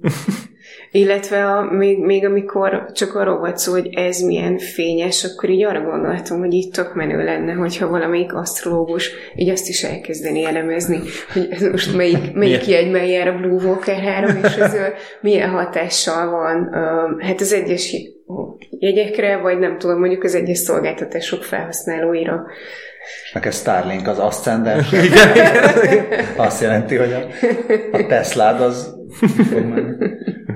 Illetve a, még, még amikor csak arról volt szó, hogy ez milyen fényes, akkor így arra gondoltam, hogy így tök menő lenne, hogyha valamelyik asztrológus így azt is elkezdeni elemezni, hogy ez most melyik, melyik jegyben jár a Blue Walker három, és ez milyen hatással van hát az egyes jegyekre, vagy nem tudom, mondjuk az egyes szolgáltatások felhasználóira. És neked Starlink az aszcendens. Azt jelenti, hogy a, a Teslád az fog menni.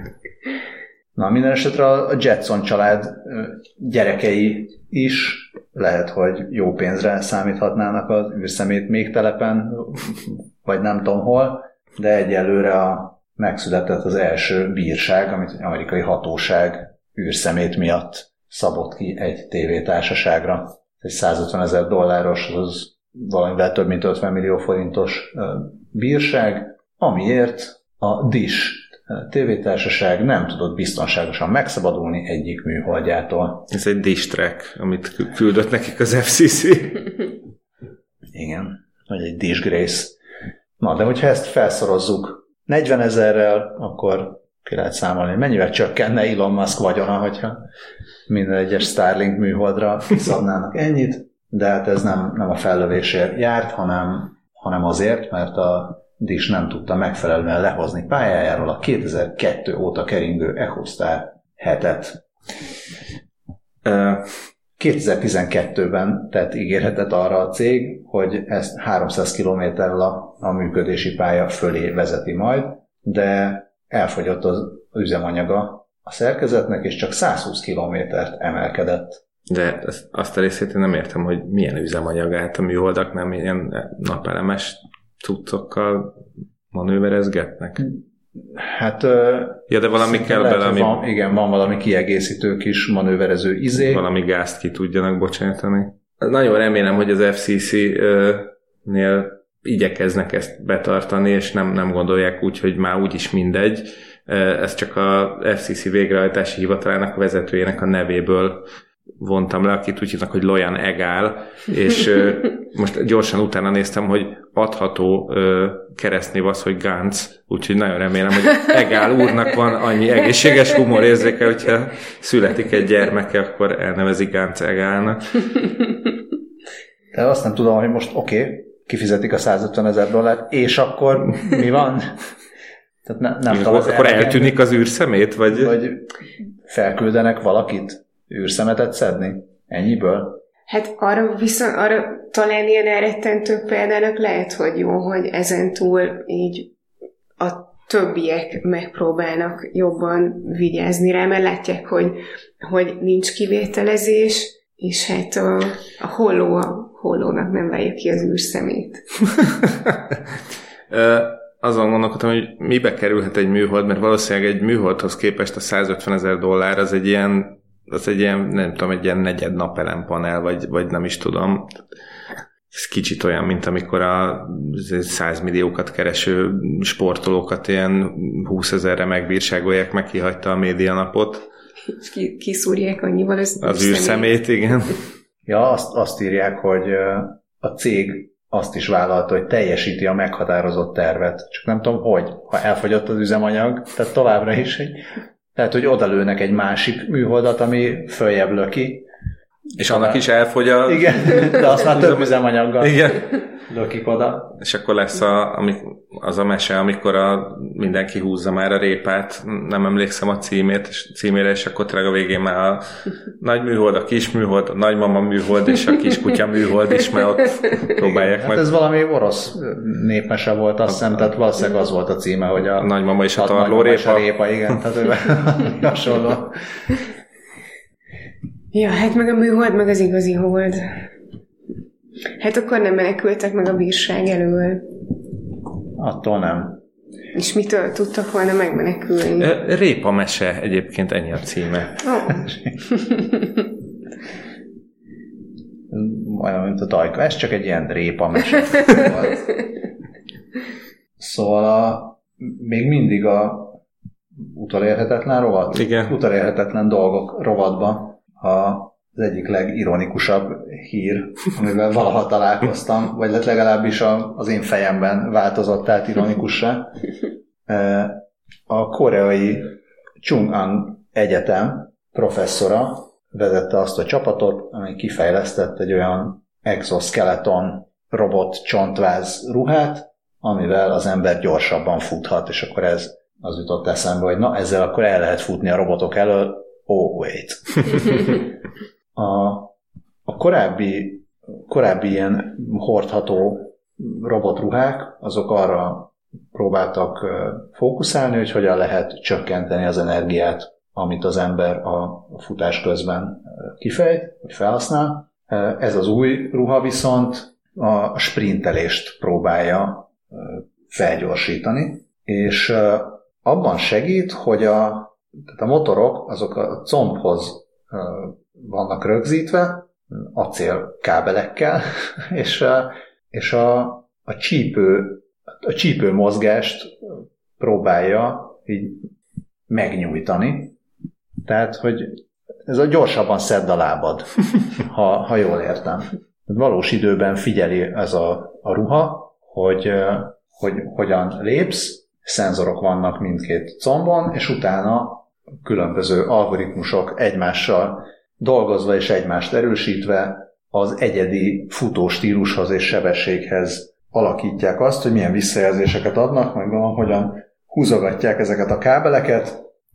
Na, minden esetre a Jetson család gyerekei is lehet, hogy jó pénzre számíthatnának az űrszemét még telepen, vagy nem tudom hol, de egyelőre a megszületett az első bírság, amit az amerikai hatóság űrszemét miatt szabott ki egy tévétársaságra. Egy százötvenezer dolláros, az valamivel több mint ötven millió forintos bírság, amiért a Dish tévétársaság nem tudott biztonságosan megszabadulni egyik műholdjától. Ez egy Dish track, amit küldött nekik az ef cé cé. Igen, vagy egy Dish Grace. Na, de hogyha ezt felszorozzuk negyvenezerrel, akkor ki lehet számolni, hogy mennyivel csökkenne Elon Musk vagyona, hogyha minden egyes Starlink műholdra kiszabnának ennyit, de hát ez nem, nem a fellövésért járt, hanem, hanem azért, mert a Dish nem tudta megfelelően lehozni pályájáról a kétezer-kettő óta keringő EchoStar hetet. Uh, kétezer-tizenkettőben tett ígéretet arra a cég, hogy ezt háromszáz kilométerrel a, a működési pálya fölé vezeti majd, de elfogyott az üzemanyaga a szerkezetnek, és csak száz húsz kilométert emelkedett. De azt a részét én nem értem, hogy milyen üzemanyagát a műholdak nem ilyen napelemes cuccokkal manőverezgetnek. Hát... Ja, de valami kell lehet, bele, ami... Van, igen, van valami kiegészítő kis manőverező izé. Valami gázt ki tudjanak bocsátani. Nagyon remélem, hogy az ef cé cé-nél igyekeznek ezt betartani, és nem, nem gondolják úgy, hogy már úgyis mindegy. Ez csak a ef cé cé végrehajtási hivatalának a vezetőjének a nevéből vontam le, akit úgy hívnak, hogy Lojan Egál, és most gyorsan utána néztem, hogy adható keresztnév az, hogy Gantz, úgyhogy nagyon remélem, hogy Egál úrnak van annyi egészséges humorérzéke, hogyha születik egy gyermeke, akkor elnevezik Gantz Egálnak. De azt nem tudom, hogy most oké, okay, kifizetik a százötvenezer dollárt, és akkor mi van? Tehát ne, nem tudom, akkor eltűnik az űrszemét? Vagy... vagy felküldenek valakit űrszemetet szedni? Ennyiből? Hát arra viszont, arra talán ilyen elrettentő példának lehet, hogy jó, hogy ezentúl így a többiek megpróbálnak jobban vigyázni rá, mert látják, hogy, hogy nincs kivételezés, és hát a, a holló a hollónak nem válja ki az űrszemét. Azon gondolkodtam, hogy mibe kerülhet egy műhold, mert valószínűleg egy műholdhoz képest a százötvenezer dollár az egy ilyen, az egy ilyen, nem tudom, egy ilyen negyed napelempanel, vagy, vagy nem is tudom. Ez kicsit olyan, mint amikor a száz milliókat kereső sportolókat ilyen húszezerre megbírságolják, meg kihagyta a médianapot. És kiszúrják annyival az, az űrszemét, igen. Ja, azt, azt írják, hogy a cég azt is vállalta, hogy teljesíti a meghatározott tervet. Csak nem tudom, hogy, ha elfogyott az üzemanyag, tehát továbbra is. Egy, tehát, hogy odalőnek egy másik műholdat, ami följebb löki. És annak is elfogy a... Igen, de azt már több üzemanyaggal igen. lökik oda. És akkor lesz a, az a mese, amikor a, mindenki húzza már a répát, nem emlékszem a címét, és címére, és akkor tényleg a végén már a nagy műhold, a kis műhold, a nagymama műhold, és a kiskutya műhold is, mert ott próbálják hát meg. Ez valami orosz népmese volt, azt hiszem, tehát valószínűleg az volt a címe, hogy a, a nagymama és a tarlórépa. A répa, igen, tehát ő hasonló. Ja, hát meg a műhold, meg az igazi hold. Hát akkor nem menekültek meg a bírság elől. Attól nem. És mitől tudtak volna megmenekülni? Répa mese egyébként, ennyi a címe. Oh. Olyan, mint a Dajka. Ez csak egy ilyen répa mese volt. Szóval a, még mindig a utolérhetetlen rovat? Igen. Utolérhetetlen dolgok rovatban. Az egyik legironikusabb hír, amivel valaha találkoztam, vagy legalábbis az én fejemben változott át ironikussá. A koreai Chung-Ang Egyetem professzora vezette azt a csapatot, amely kifejlesztett egy olyan exoskeleton robot csontváz ruhát, amivel az ember gyorsabban futhat, és akkor ez az jutott eszembe, hogy na, ezzel akkor el lehet futni a robotok elől. Oh, wait. A, a korábbi, korábbi ilyen hordható robotruhák, azok arra próbáltak fókuszálni, hogy hogyan lehet csökkenteni az energiát, amit az ember a futás közben kifejt, vagy felhasznál. Ez az új ruha viszont a sprintelést próbálja felgyorsítani, és abban segít, hogy a Tehát a motorok, azok a combhoz vannak rögzítve, acélkábelekkel, és, és a, a, csípő, a csípő mozgást próbálja így megnyújtani. Tehát, hogy ez a gyorsabban szedd a lábad, ha, ha jól értem. Valós időben figyeli ez a, a ruha, hogy, hogy hogyan lépsz, szenzorok vannak mindkét combon, és utána különböző algoritmusok egymással dolgozva és egymást erősítve az egyedi futóstílushoz és sebességhez alakítják azt, hogy milyen visszajelzéseket adnak, meg hogyan húzogatják ezeket a kábeleket,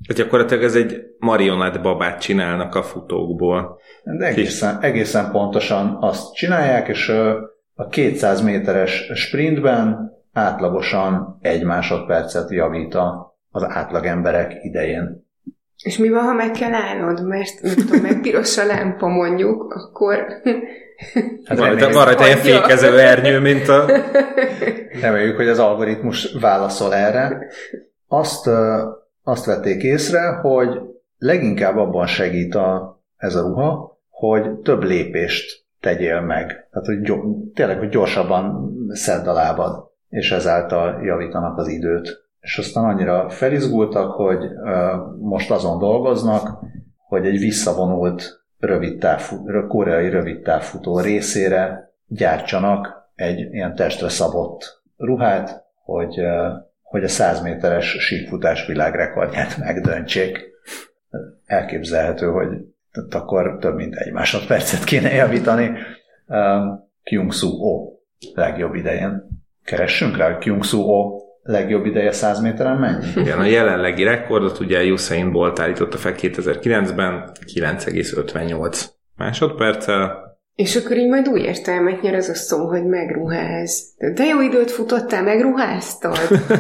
Gyakorlatilag ez egy marionett babát csinálnak a futókból. De egészen, egészen pontosan azt csinálják, és a kétszáz méteres sprintben átlagosan egy másodpercet javít az átlagemberek idején. És mi van, ha meg kell állnod? Mert nem tudom, meg piros a lámpa mondjuk, akkor... Hát van rajta ilyen fékező ernyő, mint a... Reméljük, hogy az algoritmus válaszol erre. Azt, azt vették észre, hogy leginkább abban segít a, ez a ruha, hogy több lépést tegyél meg. Tehát, hogy gyor, tényleg, hogy gyorsabban szedd a lábad, és ezáltal javítanak az időt. És aztán annyira felizgultak, hogy most azon dolgoznak, hogy egy visszavonult rövid távfut, koreai rövid távfutó részére gyártsanak egy ilyen testre szabott ruhát, hogy, hogy a száz méteres síkfutás világrekordját megdöntsék. Elképzelhető, hogy akkor több mint egy másodpercet kéne javítani. Kyung-Soo Oh legjobb idején. Keressünk rá, hogy Kyung-Soo Oh legjobb ideje száz méteren mennyi? Igen, a jelenlegi rekordot ugye Usain Bolt állította fel kétezer-kilencben kilenc egész ötvennyolc másodperccel. És akkor így majd új értelmet nyer az a szó, hogy megruház. De jó időt futottál, megruháztad?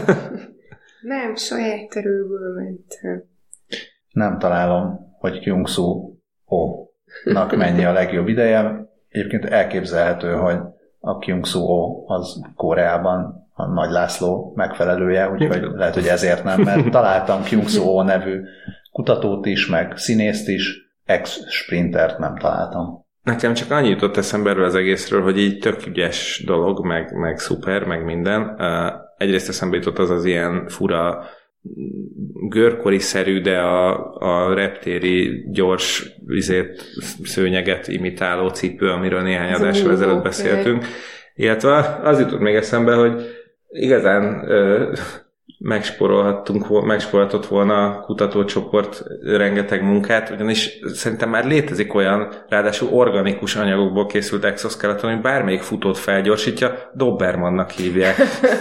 Nem, saját erőből mentem. Nem találom, hogy Kyung-Soo Oh-nak mennyi a legjobb ideje. Egyébként elképzelhető, hogy a Kyung-Soo Oh az Koreában a Nagy László megfelelője, úgyhogy lehet, hogy ezért nem, mert találtam Kyung-Soo Oh nevű kutatót is, meg színészt is, ex-sprintert nem találtam. Nekem csak annyi jutott eszembe erről az egészről, hogy így tök ügyes dolog, meg, meg szuper, meg minden. Egyrészt eszembe jutott az az ilyen fura görkori-szerű, de a, a reptéri gyors vizét, szőnyeget imitáló cipő, amiről néhány adással ezelőtt beszéltünk. Illetve az jutott még eszembe, hogy igazán ö, megspórolhattunk, megspórolhatott volna a kutatócsoport rengeteg munkát, ugyanis szerintem már létezik olyan, ráadásul organikus anyagokból készült exoskeleton, ami bármelyik futót felgyorsítja, Dobermannak hívják.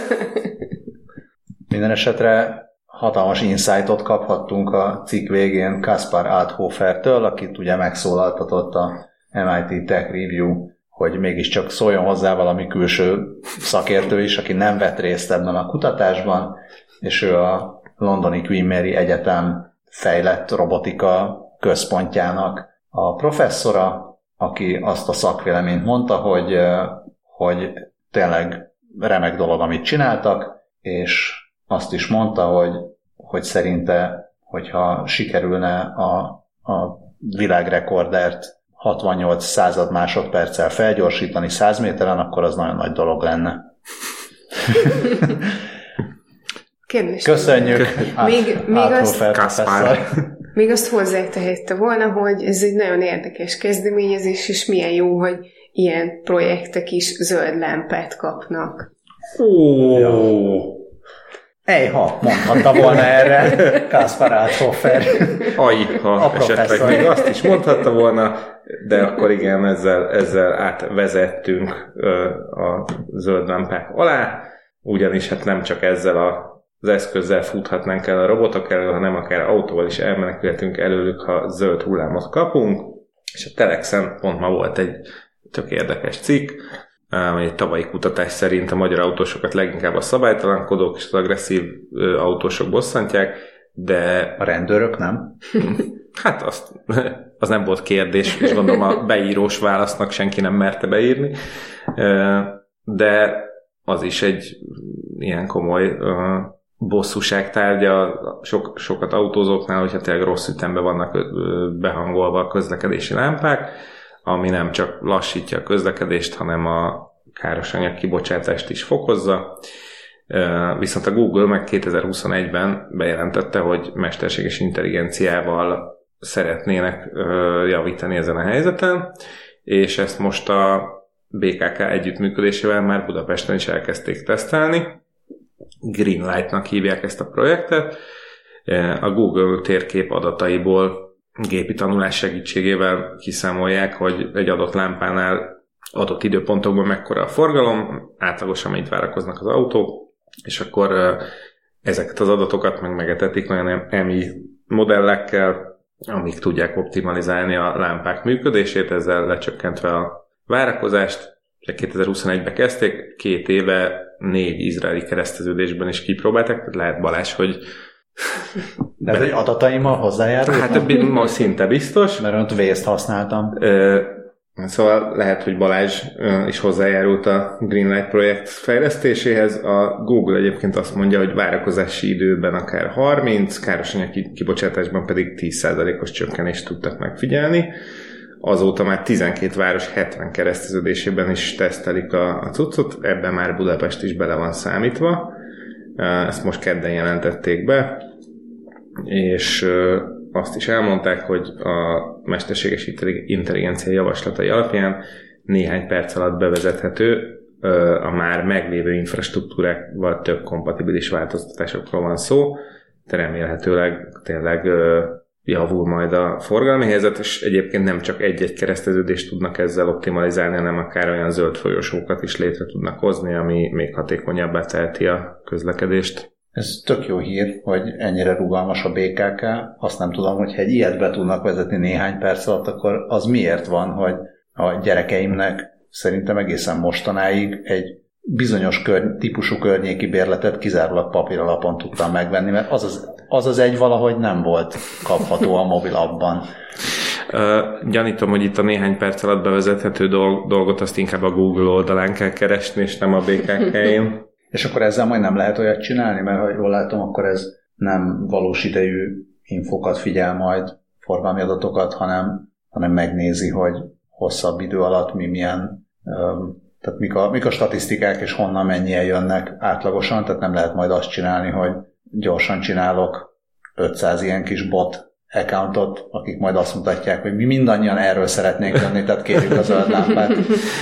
Minden esetre hatalmas insightot kaphattunk a cikk végén Kaspar Althofertől, akit ugye megszólaltatott a em i té Tech Review, hogy mégiscsak szóljon hozzá valami külső szakértő is, aki nem vett részt ebben a kutatásban, és ő a londoni Queen Mary Egyetem fejlett robotika központjának a professzora, aki azt a szakvéleményt mondta, hogy, hogy tényleg remek dolog, amit csináltak, és azt is mondta, hogy, hogy szerinte, hogyha sikerülne a, a világrekordert hatvannyolc század másodperccel felgyorsítani száz méteren, akkor az nagyon nagy dolog lenne. Kérdés. Köszönjük. Még, még, azt, Kaspar. még azt hozzátehette volna, hogy ez egy nagyon érdekes kezdeményezés, és milyen jó, hogy ilyen projektek is zöld lámpát kapnak. Ó. Ja. Ejha, mondhatta volna erre Kaspar Althofer. Ajha, esetleg még azt is mondhatta volna, de akkor igen, ezzel, ezzel átvezettünk a zöld lámpák alá, ugyanis hát nem csak ezzel a, az eszközzel futhatnánk el a robotok elől, hanem akár autóval is elmenekülhetünk előlük, ha zöld hullámot kapunk. És a Telexen pont ma volt egy tök érdekes cikk, egy tavalyi kutatás szerint a magyar autósokat leginkább a szabálytalankodók és az agresszív autósok bosszantják, de... A rendőrök nem? Hát azt, az nem volt kérdés, és gondolom a beírós válasznak senki nem merte beírni, de az is egy ilyen komoly bosszúság tárgya sok, sokat autózóknál, hogyha tényleg rossz ütemben vannak behangolva a közlekedési lámpák, ami nem csak lassítja a közlekedést, hanem a károsanyag kibocsátást is fokozza. Viszont a Google meg kétezer-huszonegyben bejelentette, hogy mesterséges intelligenciával szeretnének javítani ezen a helyzeten, és ezt most a bé ká ká együttműködésével már Budapesten is elkezdték tesztelni. Greenlight-nak hívják ezt a projektet. A Google térkép adataiból gépi tanulás segítségével kiszámolják, hogy egy adott lámpánál adott időpontokban mekkora a forgalom, átlagosan mennyit várakoznak az autók, és akkor ezeket az adatokat meg megetetik olyan em i modellekkel, amik tudják optimalizálni a lámpák működését, ezzel lecsökkentve a várakozást. kétezer-huszonegyben kezdték, két éve négy izraeli kereszteződésben is kipróbálták, tehát lehet Balázs, hogy... De ez egy adataimmal hozzájárult? Hát ma szinte biztos. Mert önt vészt használtam. Szóval lehet, hogy Balázs is hozzájárult a Greenlight projekt fejlesztéséhez. A Google egyébként azt mondja, hogy várakozási időben akár harminc, károsanyag kibocsátásban pedig tíz százalékos csökkenést tudtak megfigyelni. Azóta már tizenkét város hetven kereszteződésében is tesztelik a, a cuccot, ebben már Budapest is bele van számítva. Ezt most kedden jelentették be, és azt is elmondták, hogy a mesterséges intelligencia javaslatai alapján néhány perc alatt bevezethető a már meglévő infrastruktúrákval több kompatibilis változtatásokról van szó, de remélhetőleg tényleg javul majd a forgalmi helyzet, és egyébként nem csak egy-egy kereszteződést tudnak ezzel optimalizálni, hanem akár olyan zöld folyosókat is létre tudnak hozni, ami még hatékonyabbá teheti a közlekedést. Ez tök jó hír, hogy ennyire rugalmas a bé ká ká. Azt nem tudom, hogy egy ilyet be tudnak vezetni néhány perc alatt, akkor az miért van, hogy a gyerekeimnek szerintem egészen mostanáig egy bizonyos kör, típusú környéki bérletet kizárólag papíralapon tudtam megvenni, mert az az, az az egy valahogy nem volt kapható a mobil appban. Uh, gyanítom, hogy itt a néhány perc alatt bevezethető dolg, dolgot azt inkább a Google oldalán kell keresni, és nem a bé ká ká-én. És akkor ezzel majd nem lehet olyat csinálni, mert ha jól látom, akkor ez nem valós idejű infokat figyel majd, forgalmi adatokat, hanem, hanem megnézi, hogy hosszabb idő alatt mi milyen, tehát mik a, mik a statisztikák, és honnan mennyien jönnek átlagosan, tehát nem lehet majd azt csinálni, hogy gyorsan csinálok ötszáz ilyen kis bot accountot, akik majd azt mutatják, hogy mi mindannyian erről szeretnénk jönni, tehát kérjük a zöld lámpát.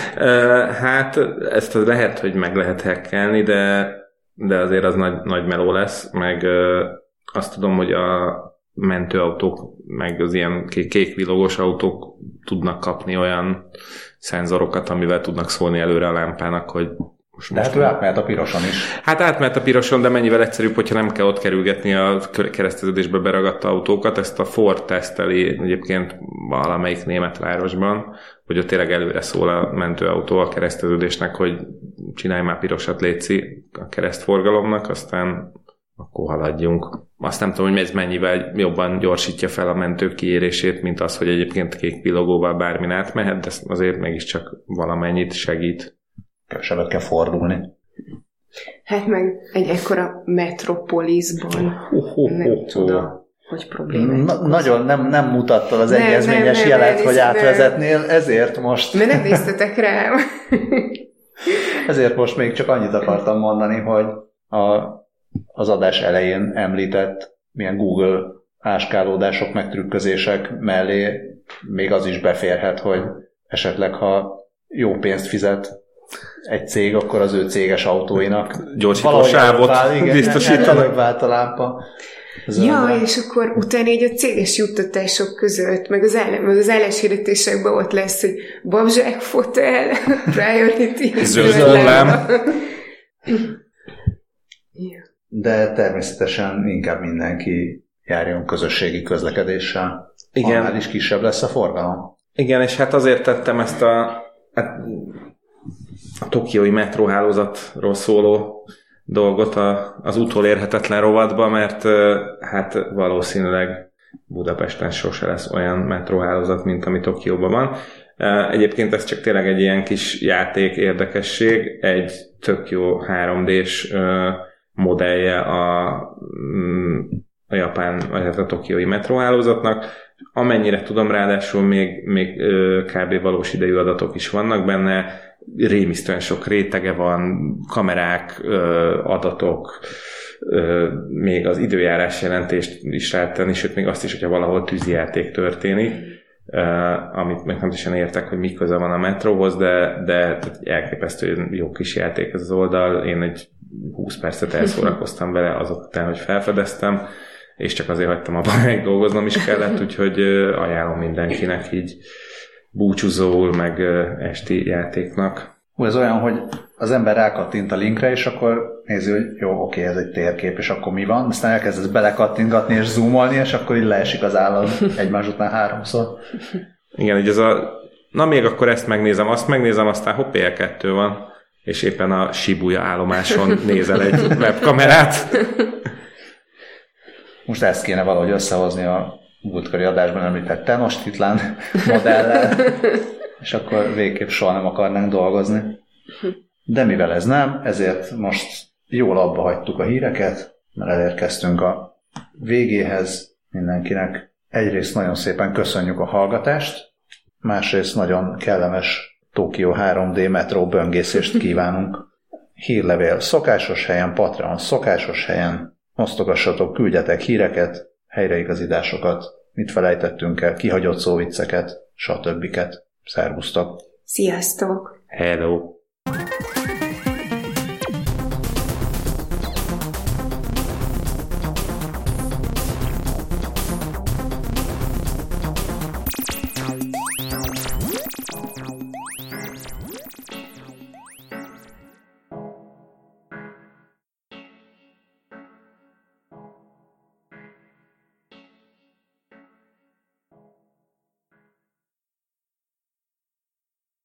Hát ezt lehet, hogy meg lehet hackelni, de, de azért az nagy, nagy meló lesz, meg azt tudom, hogy a mentőautók, meg az ilyen kék villogós autók tudnak kapni olyan szenzorokat, amivel tudnak szólni előre a lámpának, hogy most de hát ő átmehet a piroson is. Hát átmehet a piroson, de mennyivel egyszerűbb, hogyha nem kell ott kerülgetni a kereszteződésbe beragadt autókat. Ezt a Ford teszteli egyébként valamelyik német városban, hogy ott tényleg előre szól a mentőautó a kereszteződésnek, hogy csinálj már pirosat, létszi a keresztforgalomnak, aztán akkor haladjunk. Azt nem tudom, hogy ez mennyivel jobban gyorsítja fel a mentők kiérését, mint az, hogy egyébként kék villogóval bármin átmehet, de azért mégiscsak valamennyit segít. Kevesebbet kell fordulni. Hát meg egy ekkora metropoliszban oh, oh, nem oh, tudom, oh. hogy problémák. Na, nagyon nem, nem mutattad az nem, egyezményes nem, nem, jelet, nem, hogy nem. átvezetnél, ezért most... Mert nem néztetek rám. Ezért most még csak annyit akartam mondani, hogy a, az adás elején említett milyen Google áskálódások, megtrükközések mellé még az is beférhet, hogy esetleg ha jó pénzt fizet egy cég, akkor az ő céges autóinak gyorsító sávot biztosítanak. Előbb vált a lámpa. Ja, és akkor utána így a céges juttatások között, meg az, ellen, meg az ellensérítésekben ott lesz, hogy babzsák fotel, priority. Zöldlám. De természetesen inkább mindenki járjon közösségi közlekedéssel. Igen. Annál is kisebb lesz a forgalom. Igen, és hát azért tettem ezt a, a tokiói metróhálózatról szóló dolgot a, az utolérhetetlen rovatba, mert hát valószínűleg Budapesten sose lesz olyan metróhálózat, mint ami Tokióban van. Egyébként ez csak tényleg egy ilyen kis játék érdekesség, egy tök jó három dés modellje a, a japán, vagy hát a tokiói metróhálózatnak. Amennyire tudom, ráadásul még, még kb. Valós idejű adatok is vannak benne, rémisztően sok rétege van, kamerák, adatok, még az időjárás jelentést is rátenni, sőt még azt is, hogyha valahol tűzijáték történik, amit meg nem is értek, hogy mi köze van a metróhoz, de, de elképesztő jó kis játék ez az oldal. Én egy húsz percet elszórakoztam vele azok után, hogy felfedeztem, és csak azért hagytam abban, meg dolgoznom is kellett, úgyhogy ajánlom mindenkinek így búcsúzóul, meg esti játéknak. Hú, ez olyan, hogy az ember rákattint a linkre, és akkor nézi, hogy jó, oké, ez egy térkép, és akkor mi van? Aztán elkezdesz belekattintgatni és zoomolni, és akkor így leesik az állat egymás után háromszor. Igen, így ez a... Na még akkor ezt megnézem, azt megnézem, aztán hopp, é kettő van, és éppen a Shibuya állomáson nézel egy webkamerát. Most ezt kéne valahogy összehozni a múltkori adásban említett Tenochtitlan modellel, és akkor végképp soha nem akarnánk dolgozni. De mivel ez nem, ezért most jól abba hagytuk a híreket, mert elérkeztünk a végéhez mindenkinek. Egyrészt nagyon szépen köszönjük a hallgatást, másrészt nagyon kellemes Tokió három dé metró böngészést kívánunk. Hírlevél szokásos helyen, Patreon szokásos helyen, osztogassatok, küldjetek híreket, helyreigazításokat, mit felejtettünk el, kihagyott szóvicceket, stb. Szervusztok! Sziasztok! Hello!